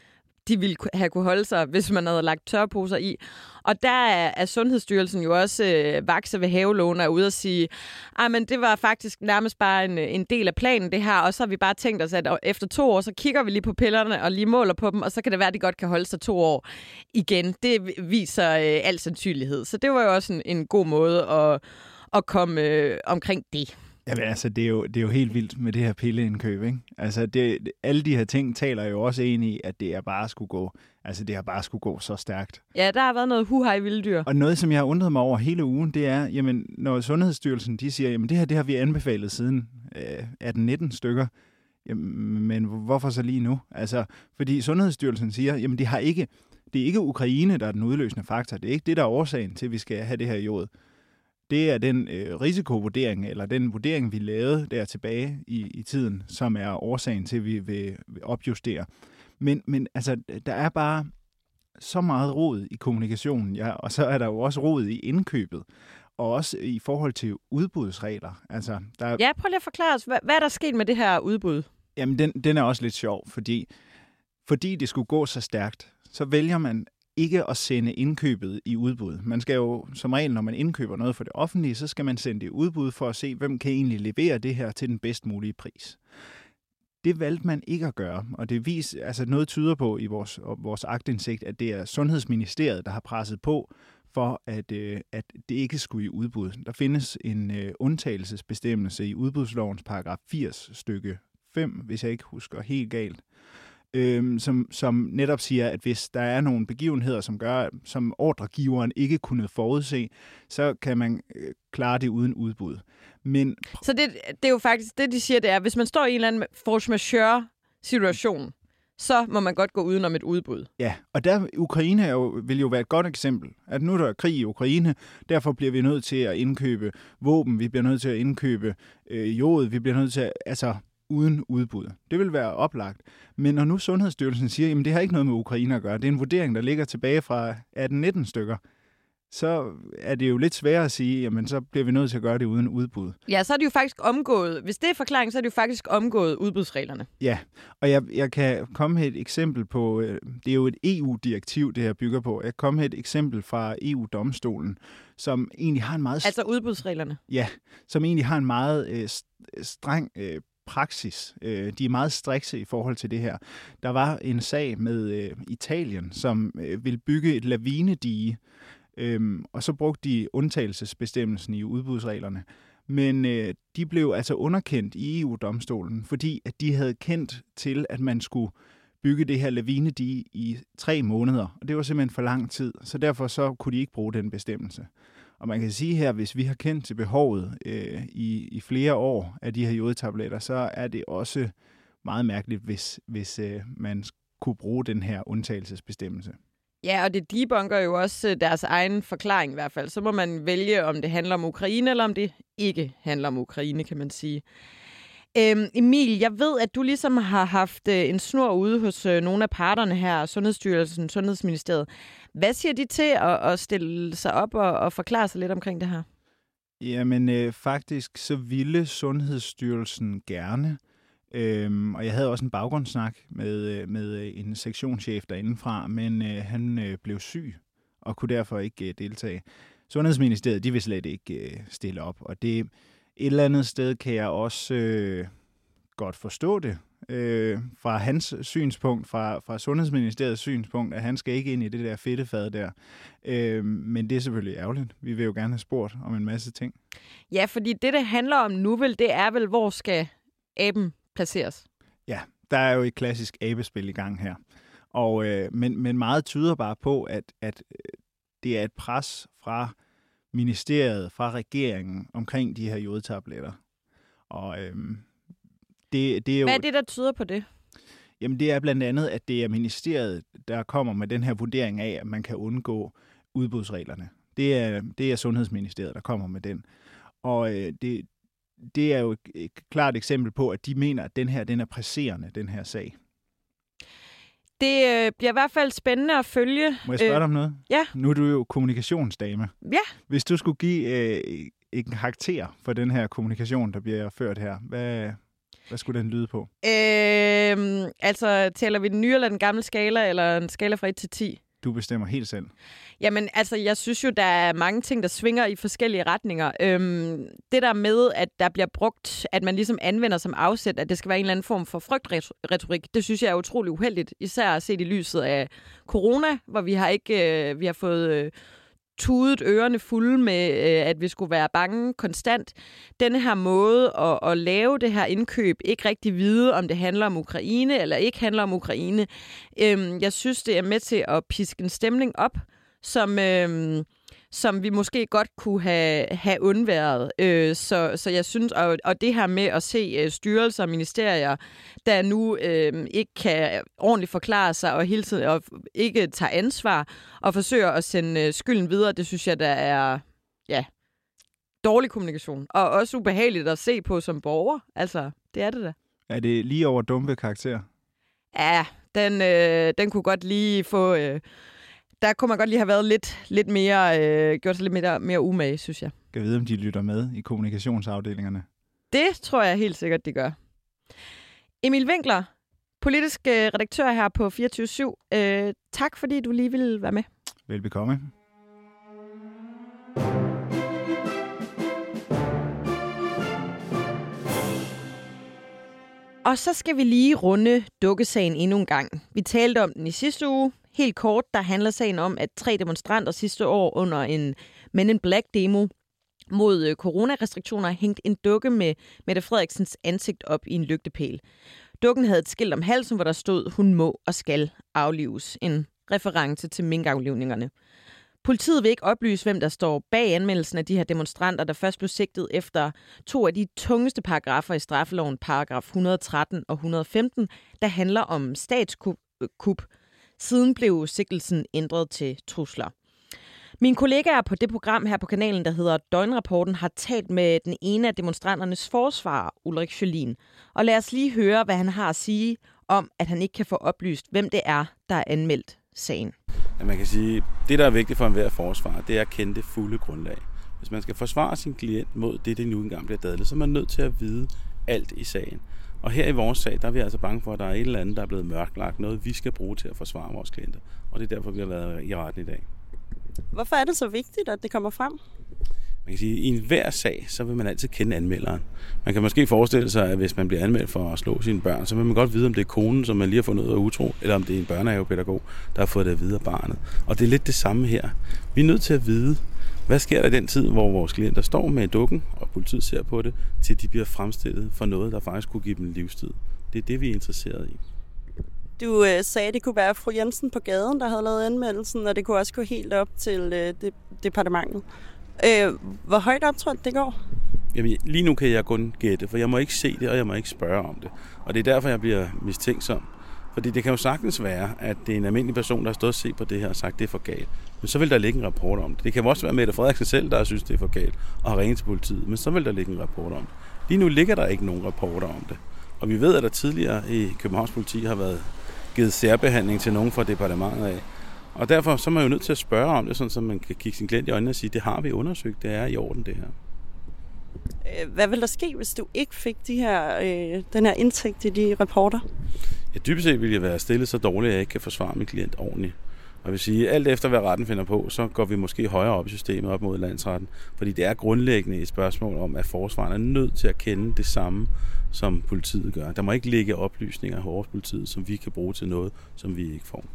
de ville have kunne holde sig, hvis man havde lagt tørposer i. Og der er, er Sundhedsstyrelsen jo også øh, vakse ved havelån og ude at sige, men det var faktisk nærmest bare en, en del af planen det her, og så har vi bare tænkt os, at efter to år, så kigger vi lige på pillerne og lige måler på dem, og så kan det være, at de godt kan holde sig to år igen. Det viser øh, al sandsynlighed. Så det var jo også en, en god måde at, at komme øh, omkring det. Jamen altså, det er, jo, det er jo helt vildt med det her pilleindkøb, ikke? Altså, det, alle de her ting taler jo også ind i, at det er bare skulle gå, altså det har bare skulle gå så stærkt. Ja, der har været noget huhej vilddyr. Og noget, som jeg har undret mig over hele ugen, det er, jamen, når Sundhedsstyrelsen, de siger, jamen det her, det har vi anbefalet siden øh, atten nitten stykker, jamen, men hvorfor så lige nu? Altså, fordi Sundhedsstyrelsen siger, jamen det har ikke, det er ikke Ukraine, der er den udløsende faktor, det er ikke det, der er årsagen til, at vi skal have det her jod. Det er den øh, risikovurdering, eller den vurdering, vi lavede der tilbage i, i tiden, som er årsagen til, at vi vil, vil opjustere. Men, men altså, der er bare så meget rod i kommunikationen, ja, og så er der jo også rod i indkøbet, og også i forhold til udbudsregler. Altså, der... Ja, prøv lige at forklare os, hvad, hvad er der sket med det her udbud? Jamen, den, den er også lidt sjov, fordi, fordi det skulle gå så stærkt, så vælger man ikke at sende indkøbet i udbud. Man skal jo som regel, når man indkøber noget for det offentlige, så skal man sende det i udbud for at se, hvem kan egentlig levere det her til den bedst mulige pris. Det valgte man ikke at gøre, og det vis, altså noget tyder på i vores, vores aktindsigt, at det er Sundhedsministeriet, der har presset på for, at, øh, at det ikke skulle i udbud. Der findes en øh, undtagelsesbestemmelse i udbudslovens paragraf firs stykke fem, hvis jeg ikke husker helt galt, Øhm, som, som netop siger, at hvis der er nogle begivenheder, som gør, som ordregiveren ikke kunne forudse, så kan man øh, klare det uden udbud. Men så det, det er jo faktisk det, de siger, det er, hvis man står i en eller anden force majeure-situation, så må man godt gå udenom et udbud. Ja, og der Ukraine er jo, vil jo være et godt eksempel. At nu er der krig i Ukraine, derfor bliver vi nødt til at indkøbe våben, vi bliver nødt til at indkøbe øh, jod, vi bliver nødt til at... Altså, uden udbud. Det vil være oplagt. Men når nu Sundhedsstyrelsen siger, at det har ikke noget med Ukraine at gøre, det er en vurdering, der ligger tilbage fra atten nitten stykker, så er det jo lidt sværere at sige, jamen så bliver vi nødt til at gøre det uden udbud. Ja, så er det jo faktisk omgået, hvis det er forklaring, så er det jo faktisk omgået udbudsreglerne. Ja, og jeg, jeg kan komme med et eksempel på, det er jo et E U-direktiv, det her bygger på. Jeg kan komme med et eksempel fra E U-domstolen, som egentlig har en meget... Altså udbudsreglerne? Ja, som egentlig har en meget øh, streng øh, praksis. De er meget strikse i forhold til det her. Der var en sag med øh, Italien, som øh, ville bygge et lavinedige, øh, og så brugte de undtagelsesbestemmelsen i udbudsreglerne. Men øh, de blev altså underkendt i E U-domstolen, fordi at de havde kendt til, at man skulle bygge det her lavinedige i tre måneder, og det var simpelthen for lang tid, så derfor så kunne de ikke bruge den bestemmelse. Og man kan sige her, hvis vi har kendt til behovet øh, i, i flere år af de her jodtabletter, så er det også meget mærkeligt, hvis, hvis øh, man kunne bruge den her undtagelsesbestemmelse. Ja, og det debunker jo også deres egen forklaring i hvert fald. Så må man vælge, om det handler om Ukraine, eller om det ikke handler om Ukraine, kan man sige. Øhm, Emil, jeg ved, at du ligesom har haft øh, en snor ude hos øh, nogle af parterne her, Sundhedsstyrelsen, Sundhedsministeriet. Hvad siger de til at, at stille sig op og, og forklare sig lidt omkring det her? Jamen øh, faktisk så ville Sundhedsstyrelsen gerne, øhm, og jeg havde også en baggrundssnak med, med en sektionschef derindefra, men øh, han øh, blev syg og kunne derfor ikke øh, deltage. Sundhedsministeriet, de vil slet ikke øh, stille op, og det et eller andet sted kan jeg også øh, godt forstå det øh, fra hans synspunkt, fra, fra Sundhedsministeriets synspunkt, at han skal ikke ind i det der fedtefad der. Øh, men det er selvfølgelig ærgerligt. Vi vil jo gerne have spurgt om en masse ting. Ja, fordi det, det handler om nu vel, det er vel, hvor skal aben placeres? Ja, der er jo et klassisk abespil i gang her. Og, øh, men, men meget tyder bare på, at, at det er et pres fra ministeriet, fra regeringen omkring de her jodtabletter. Og øhm, det, det er jo... Hvad er det, der tyder på det? Jamen det er blandt andet, at det er ministeriet, der kommer med den her vurdering af, at man kan undgå udbudsreglerne. Det er, det er Sundhedsministeriet, der kommer med den. Og øh, det, det er jo et, et klart eksempel på, at de mener, at den her den er presserende, den her sag. Det øh, bliver i hvert fald spændende at følge. Må jeg spørge dig om noget? Ja. Nu er du jo kommunikationsdame. Ja. Hvis du skulle give øh, en karakter for den her kommunikation, der bliver ført her, hvad... Hvad skulle den lyde på? Øh, altså, taler vi den nye eller den gamle skala, eller en skala fra et til ti? Du bestemmer helt selv. Jamen, altså, jeg synes jo, der er mange ting, der svinger i forskellige retninger. Øhm, det der med, at der bliver brugt, at man ligesom anvender som afsæt, at det skal være en eller anden form for frygtretorik, det synes jeg er utrolig uheldigt. Især set i lyset af corona, hvor vi har ikke øh, vi har fået øh, tudet ørerne fulde med, øh, at vi skulle være bange konstant. Denne her måde at, at lave det her indkøb, ikke rigtig vide, om det handler om Ukraine eller ikke handler om Ukraine. Øhm, jeg synes, det er med til at piske en stemning op, som, øh, som vi måske godt kunne have, have undværet. Øh, så, så jeg synes, og, og det her med at se øh, styrelser og ministerier, der nu øh, ikke kan ordentligt forklare sig og hele tiden og ikke tager ansvar og forsøger at sende øh, skylden videre, det synes jeg, der er ja, dårlig kommunikation. Og også ubehageligt at se på som borger. Altså, det er det da. Er det lige over dumpe karakter? Ja, den, øh, den kunne godt lige få... Øh, Der kunne man godt lige have været lidt, lidt mere, øh, gjort sig lidt mere, mere umage, synes jeg. Kan vide, om de lytter med i kommunikationsafdelingerne? Det tror jeg helt sikkert, de gør. Emil Winkler, politisk øh, redaktør her på fireogtyve syv. Øh, tak, fordi du lige ville være med. Velbekomme. Og så skal vi lige runde dukkesagen endnu en gang. Vi talte om den i sidste uge. Helt kort, der handler sagen om, at tre demonstranter sidste år under en Men in Black-demo mod coronarestriktioner hængt en dukke med Mette Frederiksens ansigt op i en lygtepæl. Dukken havde et skilt om halsen, hvor der stod, hun må og skal aflives. En reference til minkaflivningerne. Politiet vil ikke oplyse, hvem der står bag anmeldelsen af de her demonstranter, der først blev sigtet efter to af de tungeste paragrafer i straffeloven, paragraf et hundrede og tretten og et hundrede og femten, der handler om statskup. Siden blev sigtelsen ændret til trusler. Mine kollegaer på det program her på kanalen, der hedder Døgnrapporten, har talt med den ene af demonstranternes forsvarer, Ulrik Sjølin. Og lad os lige høre, hvad han har at sige om, at han ikke kan få oplyst, hvem det er, der er anmeldt sagen. Ja, man kan sige, det der er vigtigt for enhver forsvar, det er at kende det fulde grundlag. Hvis man skal forsvare sin klient mod det, det nu engang bliver dadlet, så er man nødt til at vide alt i sagen. Og her i vores sag, der er vi altså bange for, at der er et eller andet, der er blevet mørklagt. Noget, vi skal bruge til at forsvare vores klienter. Og det er derfor, vi har været i retten i dag. Hvorfor er det så vigtigt, at det kommer frem? Man kan sige, at i enhver sag, så vil man altid kende anmelderen. Man kan måske forestille sig, at hvis man bliver anmeldt for at slå sine børn, så vil man godt vide, om det er konen, som man lige har fundet ud af utro, eller om det er en børnehavepædagog, der har fået det at vide af barnet. Og det er lidt det samme her. Vi er nødt til at vide, hvad sker der i den tid, hvor vores klienter står med dukken, og politiet ser på det, til de bliver fremstillet for noget, der faktisk kunne give dem livstid. Det er det, vi er interesseret i. Du øh, sagde, at det kunne være fru Jensen på gaden, der havde lavet anmeldelsen, og det kunne også gå helt op til øh, det, departementet. Øh, hvor højt optrådt det går? Jamen, lige nu kan jeg kun gætte, for jeg må ikke se det, og jeg må ikke spørge om det. Og det er derfor, jeg bliver mistænksom. Fordi det kan jo sagtens være, at det er en almindelig person, der har stået og set på det her og sagt, at det er for galt. Men så vil der ligge en rapport om det. Det kan også være Mette Frederiksen selv, der synes, det er for galt, og har ringet til politiet. Men så vil der ligge en rapport om det. Lige nu ligger der ikke nogen rapporter om det. Og vi ved, at der tidligere i Københavns politi har været givet særbehandling til nogen fra departementet af. Og derfor så er man jo nødt til at spørge om det, sådan, så man kan kigge sin klient i øjnene og sige, det har vi undersøgt, det er i orden det her. Hvad vil der ske, hvis du ikke fik de her, øh, den her indtægt i de rapporter? Ja, dybest set vil jeg være stillet så dårligt, at jeg ikke kan forsvare min klient ordentligt. Og jeg vil sige, alt efter hvad retten finder på, så går vi måske højere op i systemet op mod landsretten. Fordi det er grundlæggende et spørgsmål om, at forsvaren er nødt til at kende det samme, som politiet gør. Der må ikke ligge oplysninger hos politiet, som vi kan bruge til noget, som vi ikke får.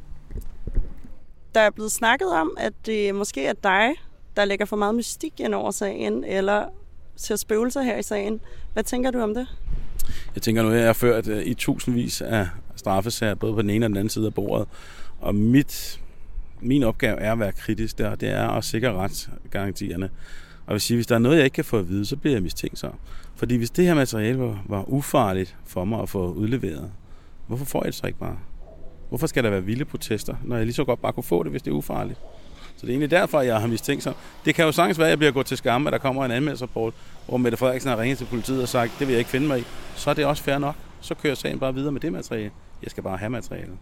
Der er blevet snakket om, at det måske er dig, der lægger for meget mystik ind over sagen, eller ser spøgelser her i sagen. Hvad tænker du om det? Jeg tænker nu, at jeg har ført i tusindvis af straffesager, både på den ene og den anden side af bordet. Og mit, min opgave er at være kritisk der, det er at sikre retsgarantierne. Og jeg vil sige, hvis der er noget, jeg ikke kan få at vide, så bliver jeg mistænksom. Fordi hvis det her materiale var, var ufarligt for mig at få udleveret, hvorfor får jeg det så ikke bare? Hvorfor skal der være vilde protester, når jeg lige så godt bare kunne få det, hvis det er ufarligt? Så det er egentlig derfor, jeg har mistænksom. Det kan jo sagtens være, at jeg bliver gået til skamme, at der kommer en anmeldelsesrapport, hvor Mette Frederiksen har ringet til politiet og sagt, det vil jeg ikke finde mig i. Så er det også fair nok. Så kører sagen bare videre med det materiale. Jeg skal bare have materialet.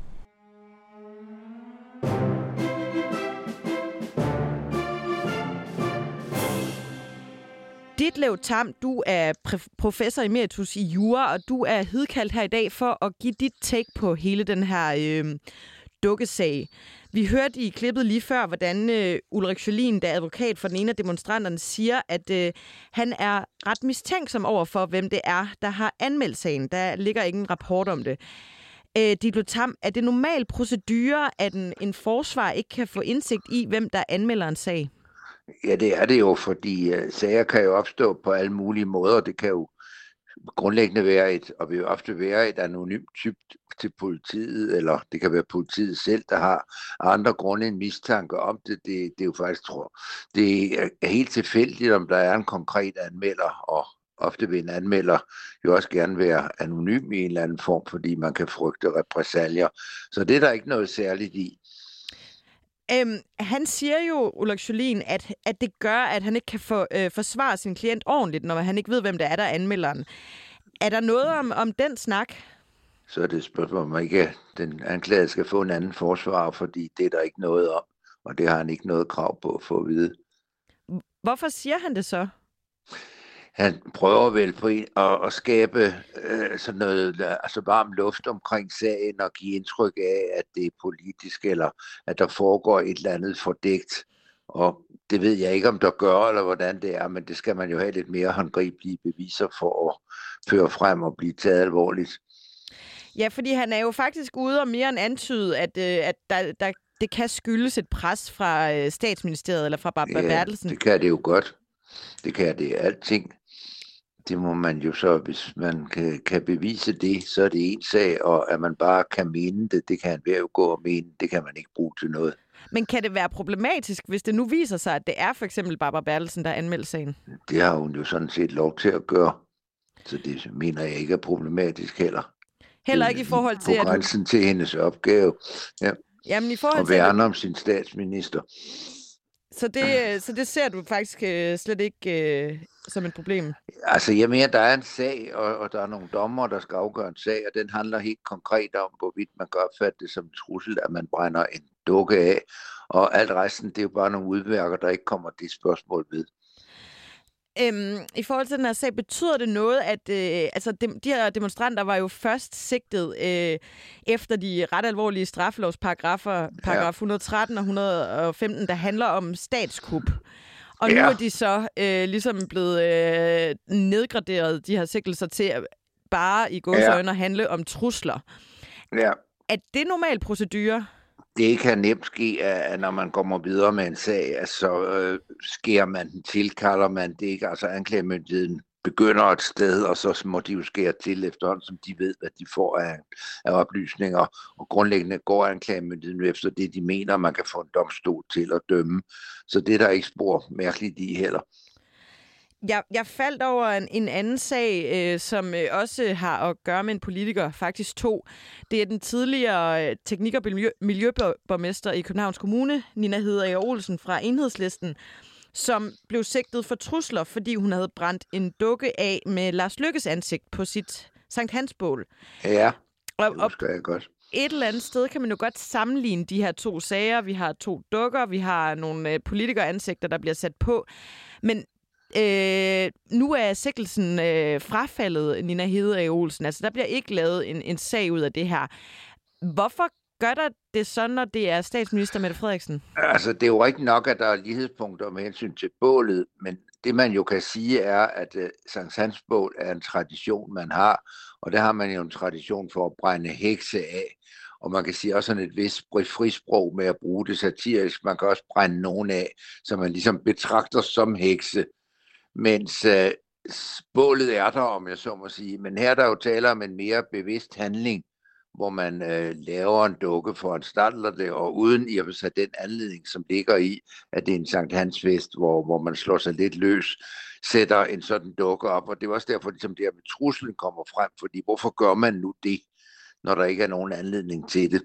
Dit Ditlev Tamm, du er professor emeritus i jura, og du er hidkaldt her i dag for at give dit take på hele den her øh, dukkesag. Vi hørte i klippet lige før, hvordan øh, Ulrik Sjølin, der er advokat for den ene af demonstranterne, siger, at øh, han er ret mistænksom over for, hvem det er, der har anmeldt sagen. Der ligger ikke en rapport om det. Øh, Ditlev Tamm, er det normal procedure, at en, en forsvar ikke kan få indsigt i, hvem der anmelder en sag? Ja, det er det jo, fordi uh, sager kan jo opstå på alle mulige måder. Det kan jo grundlæggende være et, og vil jo ofte være et anonymt typ til politiet, eller det kan være politiet selv, der har andre grunde en mistanke om det. Det, det er jo faktisk, tror det er helt tilfældigt, om der er en konkret anmelder, og ofte vil en anmelder jo også gerne være anonym i en eller anden form, fordi man kan frygte repressalier. Så det er der ikke noget særligt i. Øhm, han siger jo, Ulrik Sjølin, at, at det gør, at han ikke kan få, øh, forsvare sin klient ordentligt, når han ikke ved, hvem der er, der er anmelderen. Er der noget om, om den snak? Så er det et spørgsmål, om ikke den anklagede skal få en anden forsvarer, fordi det er der ikke noget om, og det har han ikke noget krav på at få at vide. Hvorfor siger han det så? Han prøver vel på en, at, at skabe øh, sådan noget altså varm luft omkring sagen og give indtryk af, at det er politisk, eller at der foregår et eller andet fordækt. Og det ved jeg ikke, om der gør, eller hvordan det er, men det skal man jo have lidt mere håndgribelige beviser for at føre frem og blive taget alvorligt. Ja, fordi han er jo faktisk ude og mere end antyde, at, øh, at der, der, det kan skyldes et pres fra øh, statsministeriet eller fra Barbara ja, Bertelsen. Det kan det jo godt. Det kan det alting. Det må man jo så, hvis man kan, kan bevise det, så er det en sag, og at man bare kan mene det, det kan han være jo gå og mene, det kan man ikke bruge til noget. Men kan det være problematisk, hvis det nu viser sig, at det er for eksempel Barbara Bertelsen, der anmelder sagen? Det har hun jo sådan set lov til at gøre, så det mener jeg ikke er problematisk heller. Heller ikke i forhold til, at... På grænsen hun... til hendes opgave, ja. Jamen, i forhold og til... værne om sin statsminister. Så det, så det ser du faktisk øh, slet ikke øh, som et problem? Altså, jeg mener, der er en sag, og, og der er nogle dommer, der skal afgøre en sag, og den handler helt konkret om, hvorvidt man kan opfatte det som en trussel, at man brænder en dukke af. Og alt resten, det er jo bare nogle udværker, der ikke kommer det spørgsmål ved. Øhm, I forhold til den her sag, betyder det noget, at øh, altså de, de her demonstranter var jo først sigtet øh, efter de ret alvorlige straffelovsparagrafer, paragraf et hundrede og tretten og et hundrede og femten, der handler om statskup. Og ja. Nu er de så øh, ligesom blevet øh, nedgraderet, de her sigtelser, til at bare i gåseøjne ja. handle om trusler. Ja. Er det normal procedure? Det kan nemt ske, at når man kommer videre med en sag, altså, så øh, skærer man den til, kalder man det ikke. Altså anklagemyndigheden begynder et sted, og så må de jo skære til efterhånden, som de ved, hvad de får af, af oplysninger. Og grundlæggende går anklagemyndigheden efter det, de mener, man kan få en domstol til at dømme. Så det er der ikke spor mærkeligt i heller. Jeg, jeg faldt over en, en anden sag, øh, som øh, også har at gøre med en politiker, faktisk to. Det er den tidligere øh, teknik- og miljø, miljøborgmester i Københavns Kommune, Nina Hedeager Olsen fra Enhedslisten, som blev sigtet for trusler, fordi hun havde brændt en dukke af med Lars Løkkes ansigt på sit Sankt Hans-bål. Ja, og, det husker jeg godt. Et eller andet sted kan man jo godt sammenligne de her to sager. Vi har to dukker, vi har nogle øh, politikeransigter, der bliver sat på. Men Øh, nu er sigtelsen øh, frafaldet, Nina Hedeager Olsen. Altså, der bliver ikke lavet en, en sag ud af det her. Hvorfor gør der det så, når det er statsminister Mette Frederiksen? Altså, det er jo rigtigt nok, at der er lighedspunkter med hensyn til bålet, men det man jo kan sige er, at uh, Sankt Hans bål er en tradition, man har, og der har man jo en tradition for at brænde hekse af. Og man kan sige også sådan et vist frisprog med at bruge det satirisk. Man kan også brænde nogen af, som man ligesom betragter som hekse. Mens øh, bålet er der, om jeg så må sige. Men her er der jo tale om en mere bevidst handling, hvor man øh, laver en dukke for en startler det, og uden i at have den anledning, som ligger i, at det er en Sankt Hans fest, hvor, hvor man slår sig lidt løs, sætter en sådan dukke op. Og det er også derfor, ligesom det her med truslen kommer frem, fordi hvorfor gør man nu det, når der ikke er nogen anledning til det?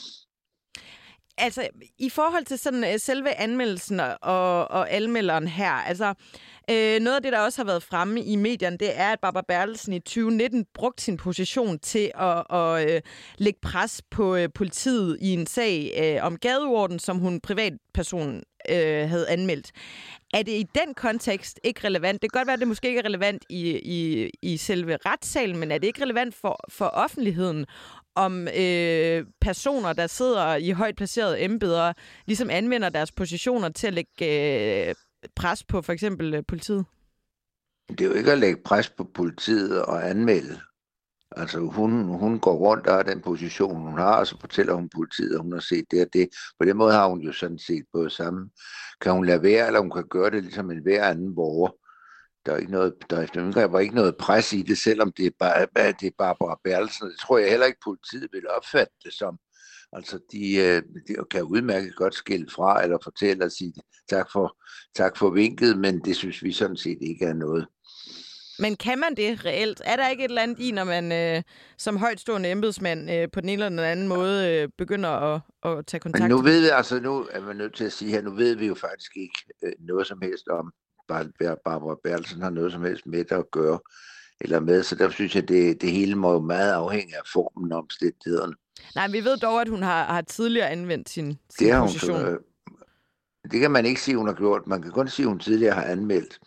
Altså, i forhold til sådan uh, selve anmeldelsen og, og anmelderen her, altså øh, noget af det, der også har været fremme i medierne, det er, at Barbara Bertelsen i tyve nitten brugte sin position til at, at øh, lægge pres på øh, politiet i en sag øh, om gadeorden, som hun privatperson øh, havde anmeldt. Er det i den kontekst ikke relevant? Det kan godt være, at det måske ikke er relevant i, i, i selve retssalen, men er det ikke relevant for, for offentligheden, om øh, personer, der sidder i højt placerede embeder, ligesom anvender deres positioner til at lægge øh, pres på for eksempel øh, politiet? Det er jo ikke at lægge pres på politiet og anmelde. Altså hun, hun går rundt og har den position, hun har, og så fortæller hun politiet, at hun har set det og det. På den måde har hun jo sådan set både sammen. Kan hun lade være, eller hun kan gøre det ligesom en hver anden borger. Der er ikke noget, der er ikke noget pres i det, selvom det er, bare, det er Barbara Bertelsen. Det tror jeg heller ikke, politiet vil opfatte det som. Altså, de, de kan udmærket godt skille fra, eller fortælle og sige tak for, tak for vinket, men det synes vi sådan set ikke er noget. Men kan man det reelt? Er der ikke et eller andet i, når man øh, som højtstående embedsmand øh, på den ene eller den anden måde øh, begynder at, at tage kontakt? Men nu ved vi, altså nu er man nødt til at sige her, nu ved vi jo faktisk ikke øh, noget som helst om, Barbara Bertelsen har noget som helst med det at gøre, eller med, så derfor synes jeg, det, det hele må jo meget afhænge af formen og omstændighederne. Nej, vi ved dog, at hun har, har tidligere anvendt sin, sin det position. Hun, øh, det kan man ikke sige, hun har gjort. Man kan kun sige, at hun tidligere har anmeldt.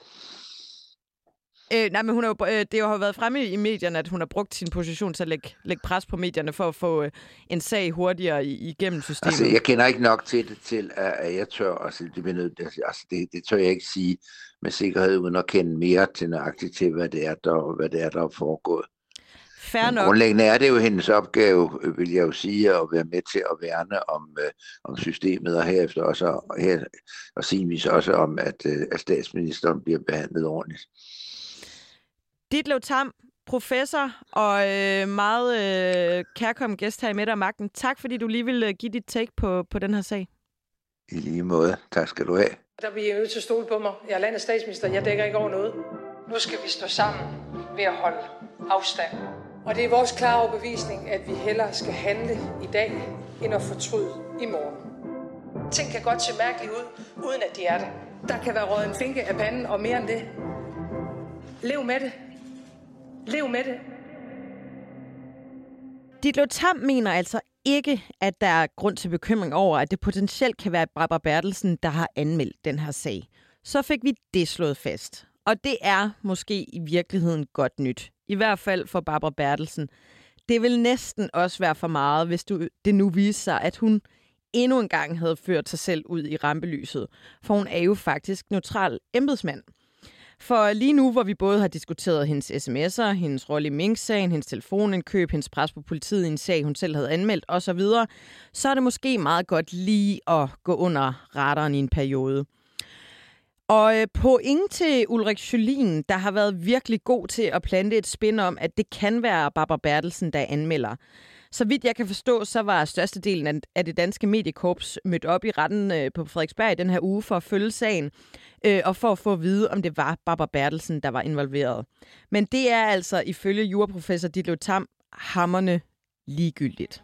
Øh, nej, men hun har jo, øh, det har jo været fremme i, i medierne, at hun har brugt sin position til at lægge, lægge pres på medierne for at få øh, en sag hurtigere i, igennem systemet. Altså, jeg kender ikke nok til det, til at jeg tør, altså, det, altså, det, det tør jeg ikke sige med sikkerhed, uden at kende mere til nøjagtigt til, hvad det er, der, hvad det er, der er foregået. Fair nok. Grundlæggende er det jo hendes opgave, vil jeg jo sige, at være med til at værne om, øh, om systemet, og herefter også, her, og sigevis også om, at, øh, at statsministeren bliver behandlet ordentligt. Ditlev Tamm, professor og øh, meget øh, kærkommen gæst her i Mette og Magten. Tak, fordi du lige ville give dit take på, på den her sag. I lige måde. Tak skal du have. Der bliver nødt til at stole på mig. Jeg er landets statsminister. Jeg dækker ikke over noget. Nu skal vi stå sammen ved at holde afstand. Og det er vores klare overbevisning, at vi hellere skal handle i dag, end at fortryde i morgen. Ting kan godt se mærkeligt ud, uden at de er det. Der kan være røget en finke af panden, og mere end det. Lev med det. Lev med det. Ditlev Tamm mener altså ikke, at der er grund til bekymring over, at det potentielt kan være Barbara Bertelsen, der har anmeldt den her sag. Så fik vi det slået fast. Og det er måske i virkeligheden godt nyt. I hvert fald for Barbara Bertelsen. Det vil næsten også være for meget, hvis du, det nu viser sig, at hun endnu en gang havde ført sig selv ud i rampelyset. For hun er jo faktisk neutral embedsmand. For lige nu, hvor vi både har diskuteret hendes sms'er, hendes rolle i Mink-sagen, hendes telefonindkøb, hendes pres på politiet i en sag, hun selv havde anmeldt osv., så er det måske meget godt lige at gå under radaren i en periode. Og point til Ulrik Jølin, der har været virkelig god til at plante et spin om, at det kan være Barbara Bertelsen, der anmelder. Så vidt jeg kan forstå, så var størstedelen af det danske mediekorps mødt op i retten på Frederiksberg den her uge for at følge sagen, og for at få at vide, om det var Barbara Bertelsen, der var involveret. Men det er altså ifølge juraprofessor Ditlev Tamm hamrende ligegyldigt.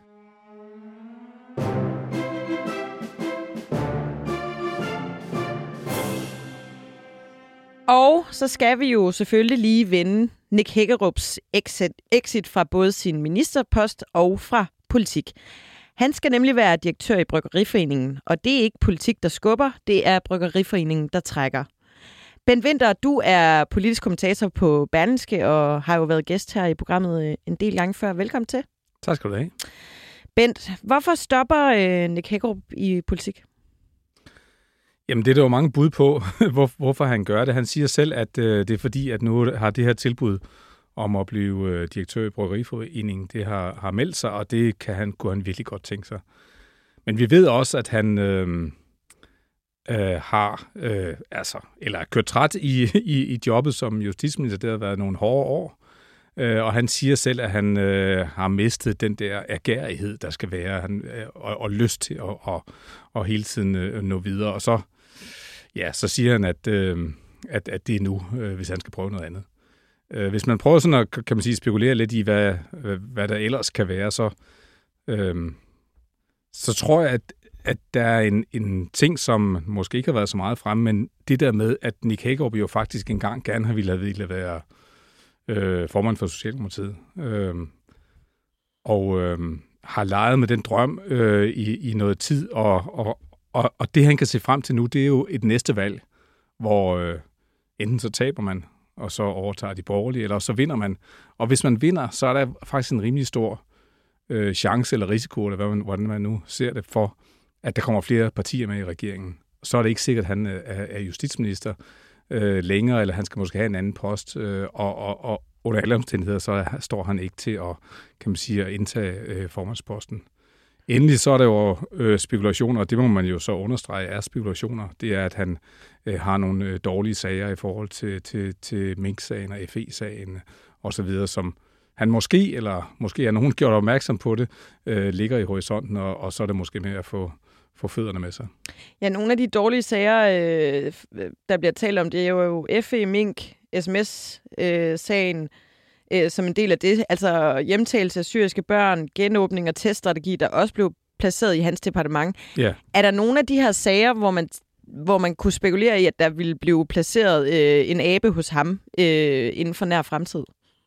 Og så skal vi jo selvfølgelig lige vende Nick Hækkerups exit, exit fra både sin ministerpost og fra politik. Han skal nemlig være direktør i Bryggeriforeningen, og det er ikke politik, der skubber, det er Bryggeriforeningen, der trækker. Bent Winther, du er politisk kommentator på Berlingske og har jo været gæst her i programmet en del gange før. Velkommen til. Tak skal du have. Bent, hvorfor stopper øh, Nick Hækkerup i politik? Jamen, det er der jo mange bud på, hvor, hvorfor han gør det. Han siger selv, at øh, det er fordi, at nu har det her tilbud om at blive øh, direktør i Bryggeriforeningen, det har, har meldt sig, og det kan han, kunne han virkelig godt tænke sig. Men vi ved også, at han øh, øh, har, øh, altså, eller er kørt træt i, i, i jobbet som justitsminister. Det har været nogle hårde år. Øh, og han siger selv, at han øh, har mistet den der ergærighed, der skal være, han, øh, og, og lyst til at og, og hele tiden øh, nå videre. Og så, ja, så siger han, at, øh, at, at det er nu, øh, hvis han skal prøve noget andet. Øh, hvis man prøver sådan at, kan man sige, spekulere lidt i, hvad, hvad der ellers kan være, så, øh, så tror jeg, at, at der er en, en ting, som måske ikke har været så meget fremme, men det der med, at Nick Hækkerup jo faktisk engang gerne har ville, ville være øh, formand for Socialdemokratiet, øh, og øh, har leget med den drøm øh, i, i noget tid, og, og, og, og det, han kan se frem til nu, det er jo et næste valg, hvor øh, enten så taber man, og så overtager de borgerlige, eller så vinder man. Og hvis man vinder, så er der faktisk en rimelig stor øh, chance eller risiko, eller hvad man, hvordan man nu ser det, for, at der kommer flere partier med i regeringen. Så er det ikke sikkert, at han er, er justitsminister øh, længere, eller han skal måske have en anden post, øh, og, og, og under alle omstændigheder, så står han ikke til at, kan man sige, at indtage øh, formandsposten. Endelig så er der jo øh, spekulationer, og det må man jo så understrege er spekulationer. Det er, at han øh, har nogle øh, dårlige sager i forhold til, til, til Mink-sagen og F E-sagen osv., som han måske, eller måske er nogen gjort opmærksom på det, øh, ligger i horisonten, og, og så er det måske med at få, få fødderne med sig. Ja, nogle af de dårlige sager, øh, der bliver talt om, det er jo F E, Mink, sms-sagen, øh, som en del af det. Altså hjemtagelse af syriske børn, genåbning og teststrategi, der også blev placeret i hans departement. Ja. Er der nogle af de her sager, hvor man, hvor man kunne spekulere i, at der ville blive placeret øh, en abe hos ham øh, inden for nær fremtid?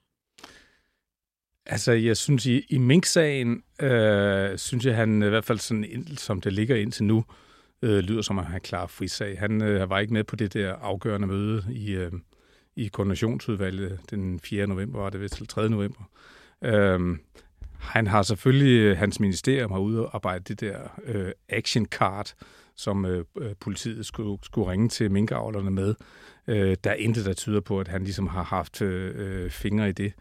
Altså, jeg synes, i, i Mink-sagen, øh, synes jeg, han i hvert fald sådan, som det ligger indtil nu, øh, lyder som, at han er klar frisag. Han øh, var ikke med på det der afgørende møde i, øh, i koordinationsudvalget den fjerde november, var det vist, eller tredje november. Øh, han har selvfølgelig, hans ministerium har udarbejdet det der øh, action card, som øh, politiet skulle, skulle ringe til minkavlerne med. Øh, der er intet, der tyder på, at han ligesom har haft øh, fingre i det.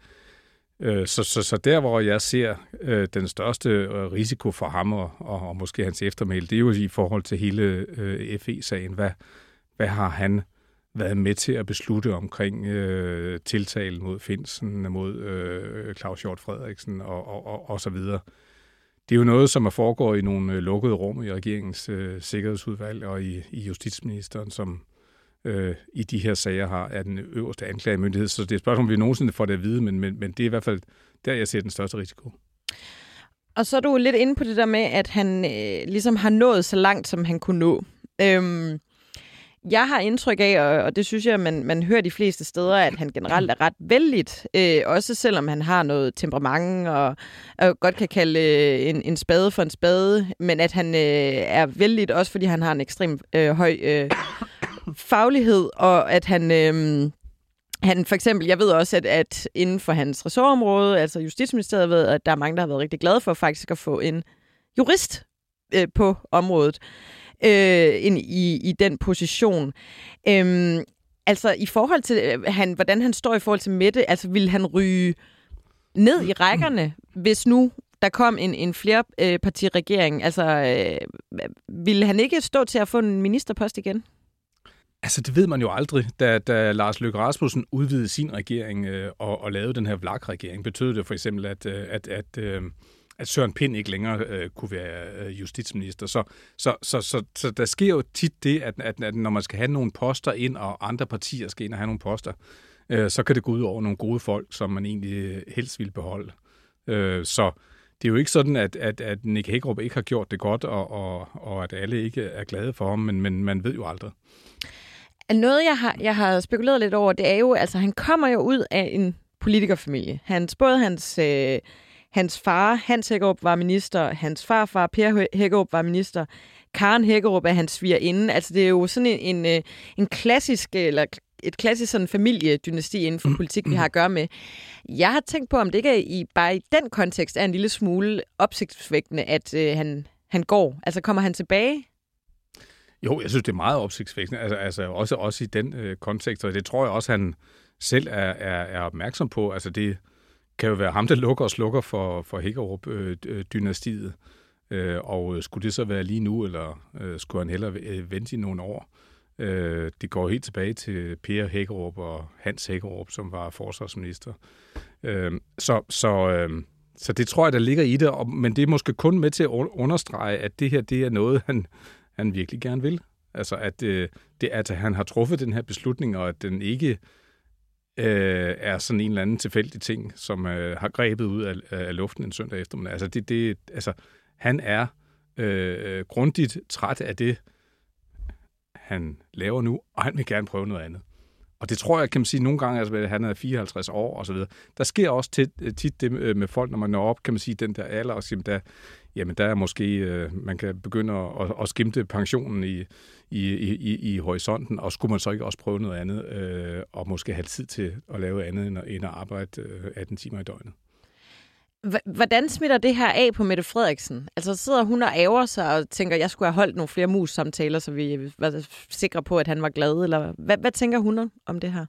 Så, så, så der, hvor jeg ser øh, den største øh, risiko for ham og, og, og måske hans eftermæle, det er jo i forhold til hele øh, F E-sagen. Hvad, hvad har han været med til at beslutte omkring øh, tiltalen mod Findsen, mod øh, Claus Hjort Frederiksen og, og, og, og så videre. Det er jo noget, som er foregår i nogle øh, lukkede rum i regeringens øh, sikkerhedsudvalg og i, i justitsministeren, som Øh, i de her sager har, er den øverste anklagemyndighed. Så det er et spørgsmål, om vi nogensinde får det at vide, men, men, men det er i hvert fald der, jeg ser den største risiko. Og så er du lidt inde på det der med, at han øh, ligesom har nået så langt, som han kunne nå. Øhm, jeg har indtryk af, og, og det synes jeg, man, man hører de fleste steder, at han generelt er ret vældigt, øh, også selvom han har noget temperament, og, og godt kan kalde øh, en, en spade for en spade, men at han øh, er vældigt, også fordi han har en ekstrem øh, høj øh, faglighed, og at han, øh, han for eksempel, jeg ved også, at, at inden for hans ressortområde, altså Justitsministeriet, ved, at der er mange, der har været rigtig glade for faktisk at få en jurist øh, på området øh, ind i, i den position. Øh, altså i forhold til, øh, han, hvordan han står i forhold til Mette, altså vil han ryge ned i rækkerne, hvis nu der kom en, en flerpartiregering? Altså øh, ville han ikke stå til at få en ministerpost igen? Altså, det ved man jo aldrig. Da, da Lars Løkke Rasmussen udvidede sin regering øh, og, og lavede den her V L A K-regering, betød det for eksempel, at, at, at, øh, at Søren Pind ikke længere øh, kunne være øh, justitsminister. Så, så, så, så, så der sker jo tit det, at, at, at når man skal have nogle poster ind, og andre partier skal ind og have nogle poster, øh, så kan det gå ud over nogle gode folk, som man egentlig helst ville beholde. Øh, så det er jo ikke sådan, at, at, at Nick Hækkerup ikke har gjort det godt, og, og, og at alle ikke er glade for ham, men, men man ved jo aldrig. Noget, jeg har, jeg har spekuleret lidt over, det er jo, altså han kommer jo ud af en politikerfamilie. Hans, både hans, øh, hans far, Hans Hækkerup, var minister, hans farfar, Per Hækkerup, var minister, Karen Hækkerup er hans svigerinde. Altså det er jo sådan en, en, en klassisk, eller et klassisk sådan familiedynasti inden for politik, vi har at gøre med. Jeg har tænkt på, om det ikke er i, bare i den kontekst er en lille smule opsigtsvækkende, at øh, han, han går. Altså kommer han tilbage? Jo, jeg synes, det er meget opsigtsvækkende, altså, altså også, også i den øh, kontekst, og det tror jeg også, han selv er, er, er opmærksom på. Altså det kan jo være ham, der lukker og slukker for, for Hækkerup-dynastiet, øh, øh, og skulle det så være lige nu, eller øh, skulle han hellere vente i nogle år? Øh, det går helt tilbage til Per Hækkerup og Hans Hækkerup, som var forsvarsminister. Øh, så, så, øh, så det tror jeg, der ligger i det, og, men det er måske kun med til at understrege, at det her, det er noget, han han virkelig gerne vil. Altså, at, øh, det, at han har truffet den her beslutning, og at den ikke øh, er sådan en eller anden tilfældig ting, som øh, har grebet ud af, af luften en søndag eftermiddag. Altså, det, det, altså, han er øh, grundigt træt af det, han laver nu, og han vil gerne prøve noget andet. Og det tror jeg, kan man sige, nogle gange, altså, at han er fireoghalvtreds år og så videre. Der sker også tit, tit det med folk, når man når op, kan man sige, den der alder, og siger, der, jamen, der er måske, øh, man kan begynde at, at skimte pensionen i, i, i, i horisonten, og skulle man så ikke også prøve noget andet, øh, og måske have tid til at lave andet, end at, end at arbejde øh, atten timer i døgnet. Hvordan smitter det her af på Mette Frederiksen? Altså sidder hun og ærger sig og tænker, jeg skulle have holdt nogle flere mus-samtaler, så vi var sikre på, at han var glad? Eller hvad, hvad tænker hun om det her?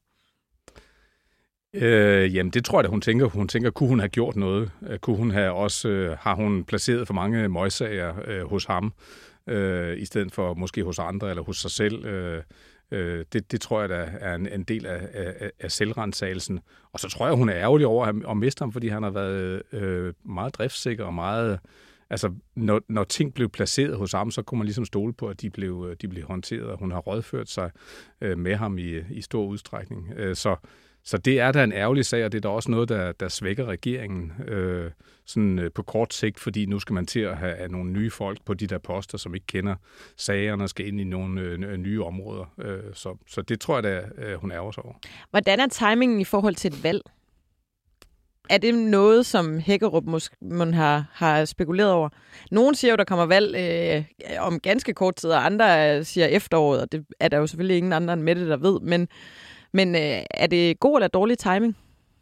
Øh, jamen, det tror jeg, at hun tænker. Hun tænker, kunne hun have gjort noget? Kunne hun have også, øh, har hun placeret for mange møgsager øh, hos ham, øh, i stedet for måske hos andre eller hos sig selv? Øh, øh, det, det tror jeg, der er en, en del af, af, af selvrensagelsen. Og så tror jeg, hun er ærgerlig over at, at miste ham, fordi han har været øh, meget driftssikker og meget... Altså, når, når ting blev placeret hos ham, så kunne man ligesom stole på, at de blev, de blev håndteret, og hun har rådført sig øh, med ham i, i stor udstrækning. Øh, så Så det er da en ærgerlig sag, og det er da også noget, der, der svækker regeringen øh, sådan, øh, på kort sigt, fordi nu skal man til at have nogle nye folk på de der poster, som ikke kender sagerne, skal ind i nogle øh, nye områder. Øh, så, så det tror jeg da, øh, hun ærger sig over. Hvordan er timingen i forhold til et valg? Er det noget, som Hækkerup måske man har, har spekuleret over? Nogle siger jo, der kommer valg øh, om ganske kort tid, og andre siger efteråret, og det er der jo selvfølgelig ingen andre end Mette, der ved, men Men øh, er det god eller dårlig timing?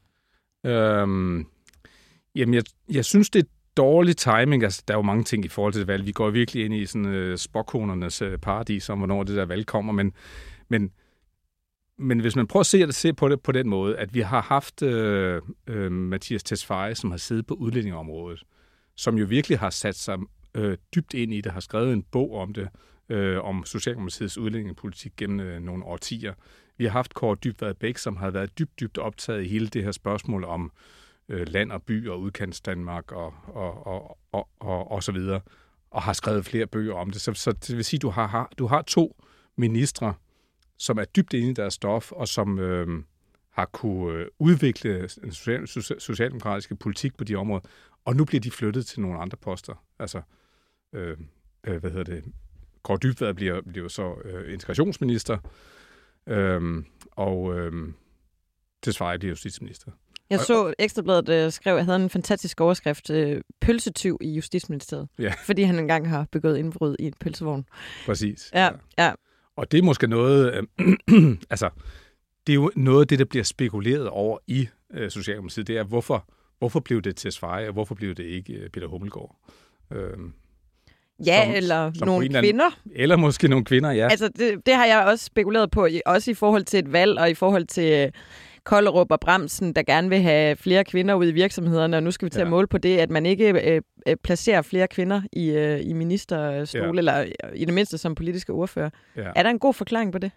Øhm, jamen, jeg, jeg synes, det er dårlig timing. Altså, der er jo mange ting i forhold til det valg. Vi går virkelig ind i sådan uh, spåkonernes uh, paradis om, hvornår det der valg kommer. Men, men, men hvis man prøver at se, at se på det på den måde, at vi har haft øh, øh, Mattias Tesfaye, som har siddet på udlændingeområdet, som jo virkelig har sat sig øh, dybt ind i det, har skrevet en bog om det, øh, om Socialdemokratiets udlændingepolitik gennem øh, nogle årtier. Vi har haft Kaare Dybvad Bek, som har været dybt, dybt optaget i hele det her spørgsmål om øh, land og by og udkantsdanmark og, og, og, og, og, og så videre, og har skrevet flere bøger om det. Så, så det vil sige, at du har, du har to ministre, som er dybt inde i deres stof, og som øh, har kunne udvikle en social, socialdemokratiske politik på de områder, og nu bliver de flyttet til nogle andre poster. Altså, øh, øh, hvad hedder det? Kaare Dybvad bliver, bliver så øh, integrationsminister, Øhm, og øhm, Tesfaye bliver justitsminister. Jeg så Ekstrabladet øh, skrev, at jeg havde en fantastisk overskrift, øh, pølsetyv i Justitsministeriet, ja. Fordi han engang har begået indbrud i en pølsevogn. Præcis. Ja, ja. ja. Og det er måske noget, øh, altså, det er jo noget af det, der bliver spekuleret over i øh, Socialdemokratiet, det er, hvorfor, hvorfor blev det Tesfaye, og hvorfor blev det ikke øh, Peter Hummelgaard? Øh, Ja, som, eller som nogle anden, kvinder. Eller måske nogle kvinder, ja. Altså, det, det har jeg også spekuleret på, også i forhold til et valg, og i forhold til Kollerup og Bramsen, der gerne vil have flere kvinder ud i virksomhederne, og nu skal vi til ja. at måle på det, at man ikke øh, placerer flere kvinder i, øh, i ministerstole, ja. eller i det mindste som politiske ordfører. Ja. Er der en god forklaring på det?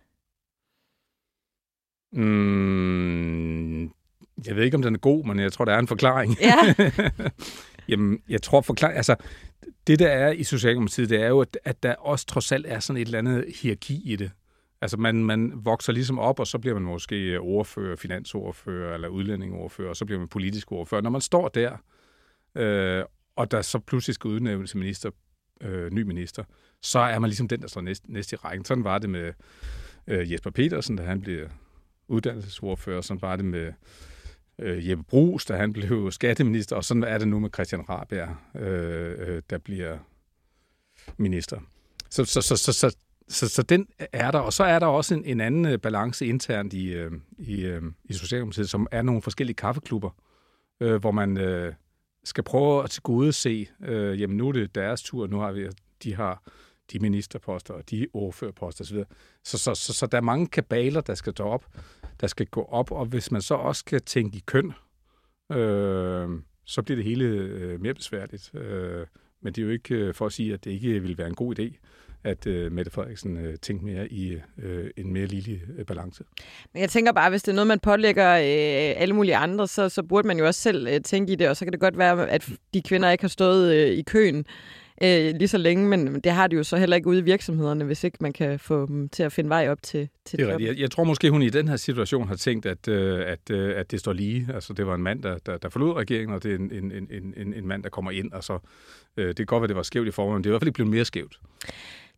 Mm, jeg ved ikke, om den er god, men jeg tror, der er en forklaring. Ja. Jamen, jeg tror forklaring... Altså, det, der er i Socialdemokratiet, det er jo, at, at der også trods alt er sådan et eller andet hierarki i det. Altså, man, man vokser ligesom op, og så bliver man måske ordfører, finansordfører eller udlændingeordfører, og så bliver man politisk ordfører. Når man står der, øh, og der så pludselig skal udnævnes minister, øh, ny minister, så er man ligesom den, der står næst, næst i rækken. Sådan var det med øh, Jesper Petersen, da han blev uddannelsesordfører. Sådan var det med øh, Jeppe Bruus, da han blev skatteminister, og sådan er det nu med Christian Rabjerg, øh, der bliver minister. Så, så, så, så, så, så, så den er der, og så er der også en, en anden balance internt i, øh, i, øh, i Socialdemokratiet, som er nogle forskellige kaffeklubber, øh, hvor man øh, skal prøve at tilgodese, øh, jamen nu er det deres tur, nu har vi, de har de ministerposter og de ordførerposter osv. Så, så, så, så der er mange kabaler, der skal op, der skal gå op, og hvis man så også skal tænke i køn, øh, så bliver det hele øh, mere besværligt. Øh, men det er jo ikke øh, for at sige, at det ikke vil være en god idé, at øh, Mette Frederiksen øh, tænker mere i øh, en mere lille øh, balance. Men jeg tænker bare, hvis det er noget, man pålægger øh, alle mulige andre, så, så burde man jo også selv øh, tænke i det, og så kan det godt være, at de kvinder ikke har stået øh, i køen øh, lige så længe, men det har de jo så heller ikke ude i virksomhederne, hvis ikke man kan få dem til at finde vej op til, til det. Er jeg, jeg tror måske, hun i den her situation har tænkt, at, øh, at, øh, at det står lige. Altså, det var en mand, der, der, der forlod regeringen, og det er en, en, en, en, en mand, der kommer ind. Altså, øh, det kan godt være, det var skævt i formen, men det er i hvert fald ikke blevet mere skævt.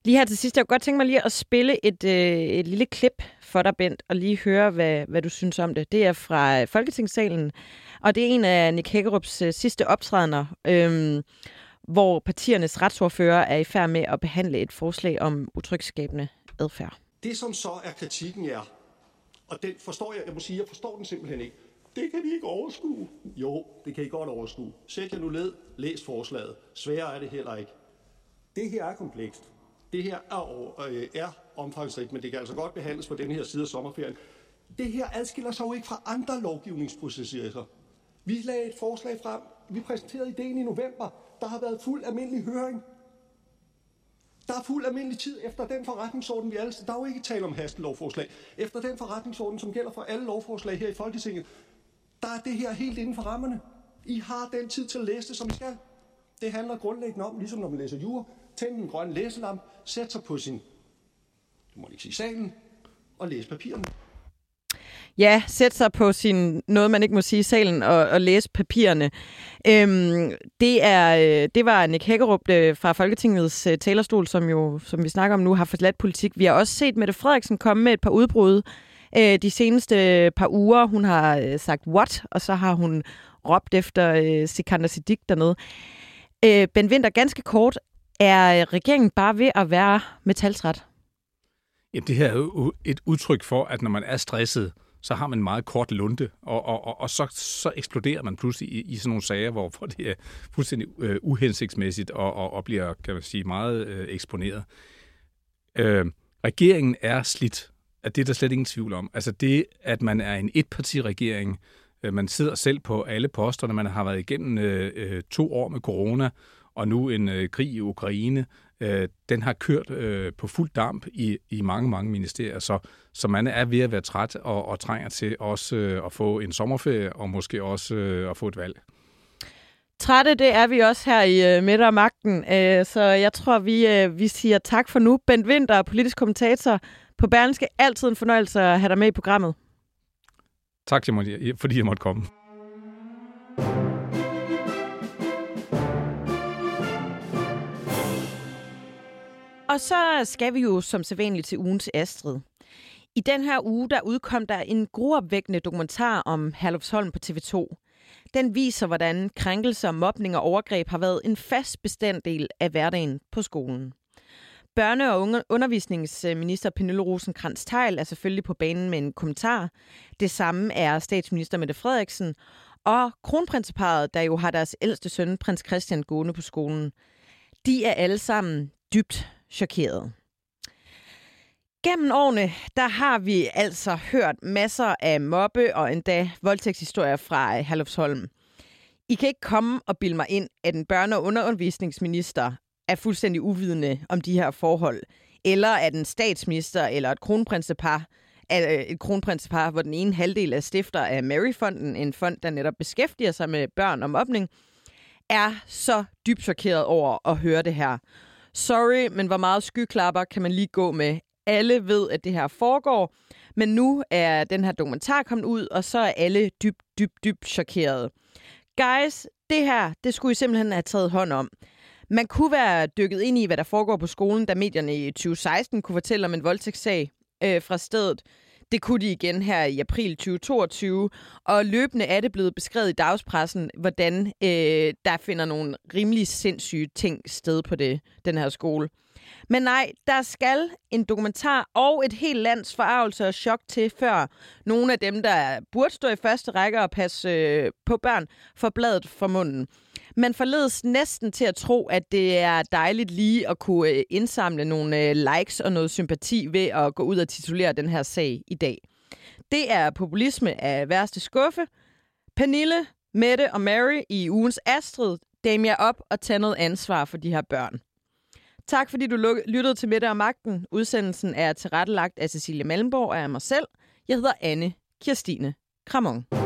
Lige her til sidst, jeg kunne godt tænke mig lige at spille et, øh, et lille klip for dig, Bent, og lige høre, hvad, hvad du synes om det. Det er fra Folketingssalen, og det er en af Nick Hækkerups øh, sidste optrædener, øh, hvor partiernes retsordfører er i færd med at behandle et forslag om utryghedsskabende adfærd. Det, som så er kritikken er, og den forstår jeg, jeg må sige, jeg forstår den simpelthen ikke. Det kan vi ikke overskue. Jo, det kan I godt overskue. Sæt jer nu ned, læs forslaget. Sværere er det heller ikke. Det her er komplekst. Det her er, øh, er omfangsrigt, men det kan altså godt behandles på den her side af sommerferien. Det her adskiller sig jo ikke fra andre lovgivningsprocesser. Vi lagde et forslag frem. Vi præsenterede ideen i november. Der har været fuld almindelig høring. Der er fuld almindelig tid efter den forretningsorden, vi alle... Der er jo ikke tale om hastelovforslag. Efter den forretningsorden, som gælder for alle lovforslag her i Folketinget, der er det her helt inden for rammerne. I har den tid til at læse det, som I skal. Det handler grundlæggende om, ligesom når man læser jura, tænd en grøn læselamp, sæt sig på sin, du må ikke sige salen, og læse papirerne. Ja, sæt sig på sin, noget man ikke må sige i salen, og, og læse papirerne. Øhm, det, er, det var Nick Hækkerup fra Folketingets talerstol, som jo, som vi snakker om nu, har forladt politik. Vi har også set Mette Frederiksen komme med et par udbrud øh, de seneste par uger. Hun har øh, sagt what, og så har hun råbt efter øh, Sikander Siddiq dernede. Øh, Ben Winther, ganske kort, er regeringen bare ved at være metaltræt? Jamen, det her er jo et udtryk for, at når man er stresset, så har man en meget kort lunte, og, og, og, og så, så eksploderer man pludselig i, i sådan nogle sager, hvor, hvor det er fuldstændig øh, uhensigtsmæssigt og, og, og bliver, kan man sige, meget øh, eksponeret. Øh, regeringen er slidt, at det er der slet ingen tvivl om. Altså det, at man er en etpartiregering, øh, man sidder selv på alle posterne, man har været igennem øh, to år med corona, og nu en øh, krig i Ukraine, øh, den har kørt øh, på fuld damp i, i mange, mange ministerier, så, så man er ved at være træt og, og trænger til også øh, at få en sommerferie, og måske også øh, at få et valg. Trætte, det er vi også her i øh, Midte og Magten, øh, så jeg tror, vi, øh, vi siger tak for nu. Bent Winther, politisk kommentator på Berlingske. Altid en fornøjelse at have dig med i programmet. Tak, fordi jeg måtte komme. Og så skal vi jo som sædvanligt til ugens Astrid. I den her uge, der udkom der en gruopvækkende dokumentar om Herlufsholm på T V to. Den viser, hvordan krænkelser, mobning og overgreb har været en fast bestanddel af hverdagen på skolen. Børne- og undervisningsminister Pernille Rosenkrantz-Theil er selvfølgelig på banen med en kommentar. Det samme er statsminister Mette Frederiksen og kronprinseparret, der jo har deres ældste søn, prins Christian, gående på skolen. De er alle sammen dybt chokerede. Gennem årene, der har vi altså hørt masser af mobbe og endda voldtægtshistorier fra Herlufsholm. I kan ikke komme og bilde mig ind, at en børne- og undervisningsminister er fuldstændig uvidende om de her forhold, eller at en statsminister eller et kronprinsepar, et kronprinsepar, hvor den ene halvdel er stifter af Maryfonden, en fond, der netop beskæftiger sig med børn og mobning, er så dybt chokeret over at høre det her. Sorry, men hvor meget skyklapper kan man lige gå med? Alle ved, at det her foregår, men nu er den her dokumentar kommet ud, og så er alle dybt, dybt, dybt chokerede. Guys, det her, det skulle I simpelthen have taget hånd om. Man kunne være dykket ind i, hvad der foregår på skolen, da medierne i tyve seksten kunne fortælle om en voldtægtssag øh, fra stedet. Det kunne de igen her i april tyve toogtyve, og løbende er det blevet beskrevet i dagspressen, hvordan øh, der finder nogle rimelig sindssyge ting sted på det, den her skole. Men nej, der skal en dokumentar og et helt lands forargelse og chok til, før nogle af dem, der burde stå i første række og passe øh, på børn, får bladet fra munden. Man forledes næsten til at tro, at det er dejligt lige at kunne øh, indsamle nogle øh, likes og noget sympati ved at gå ud og titulere den her sag i dag. Det er populisme af værste skuffe. Pernille, Mette og Mary i ugens Astrid, dam jer op og tag noget ansvar for de her børn. Tak fordi du lyttede til Midte og Magten. Udsendelsen er tilrettelagt af Cecilie Malmborg og af mig selv. Jeg hedder Anne Kirstine Kramon.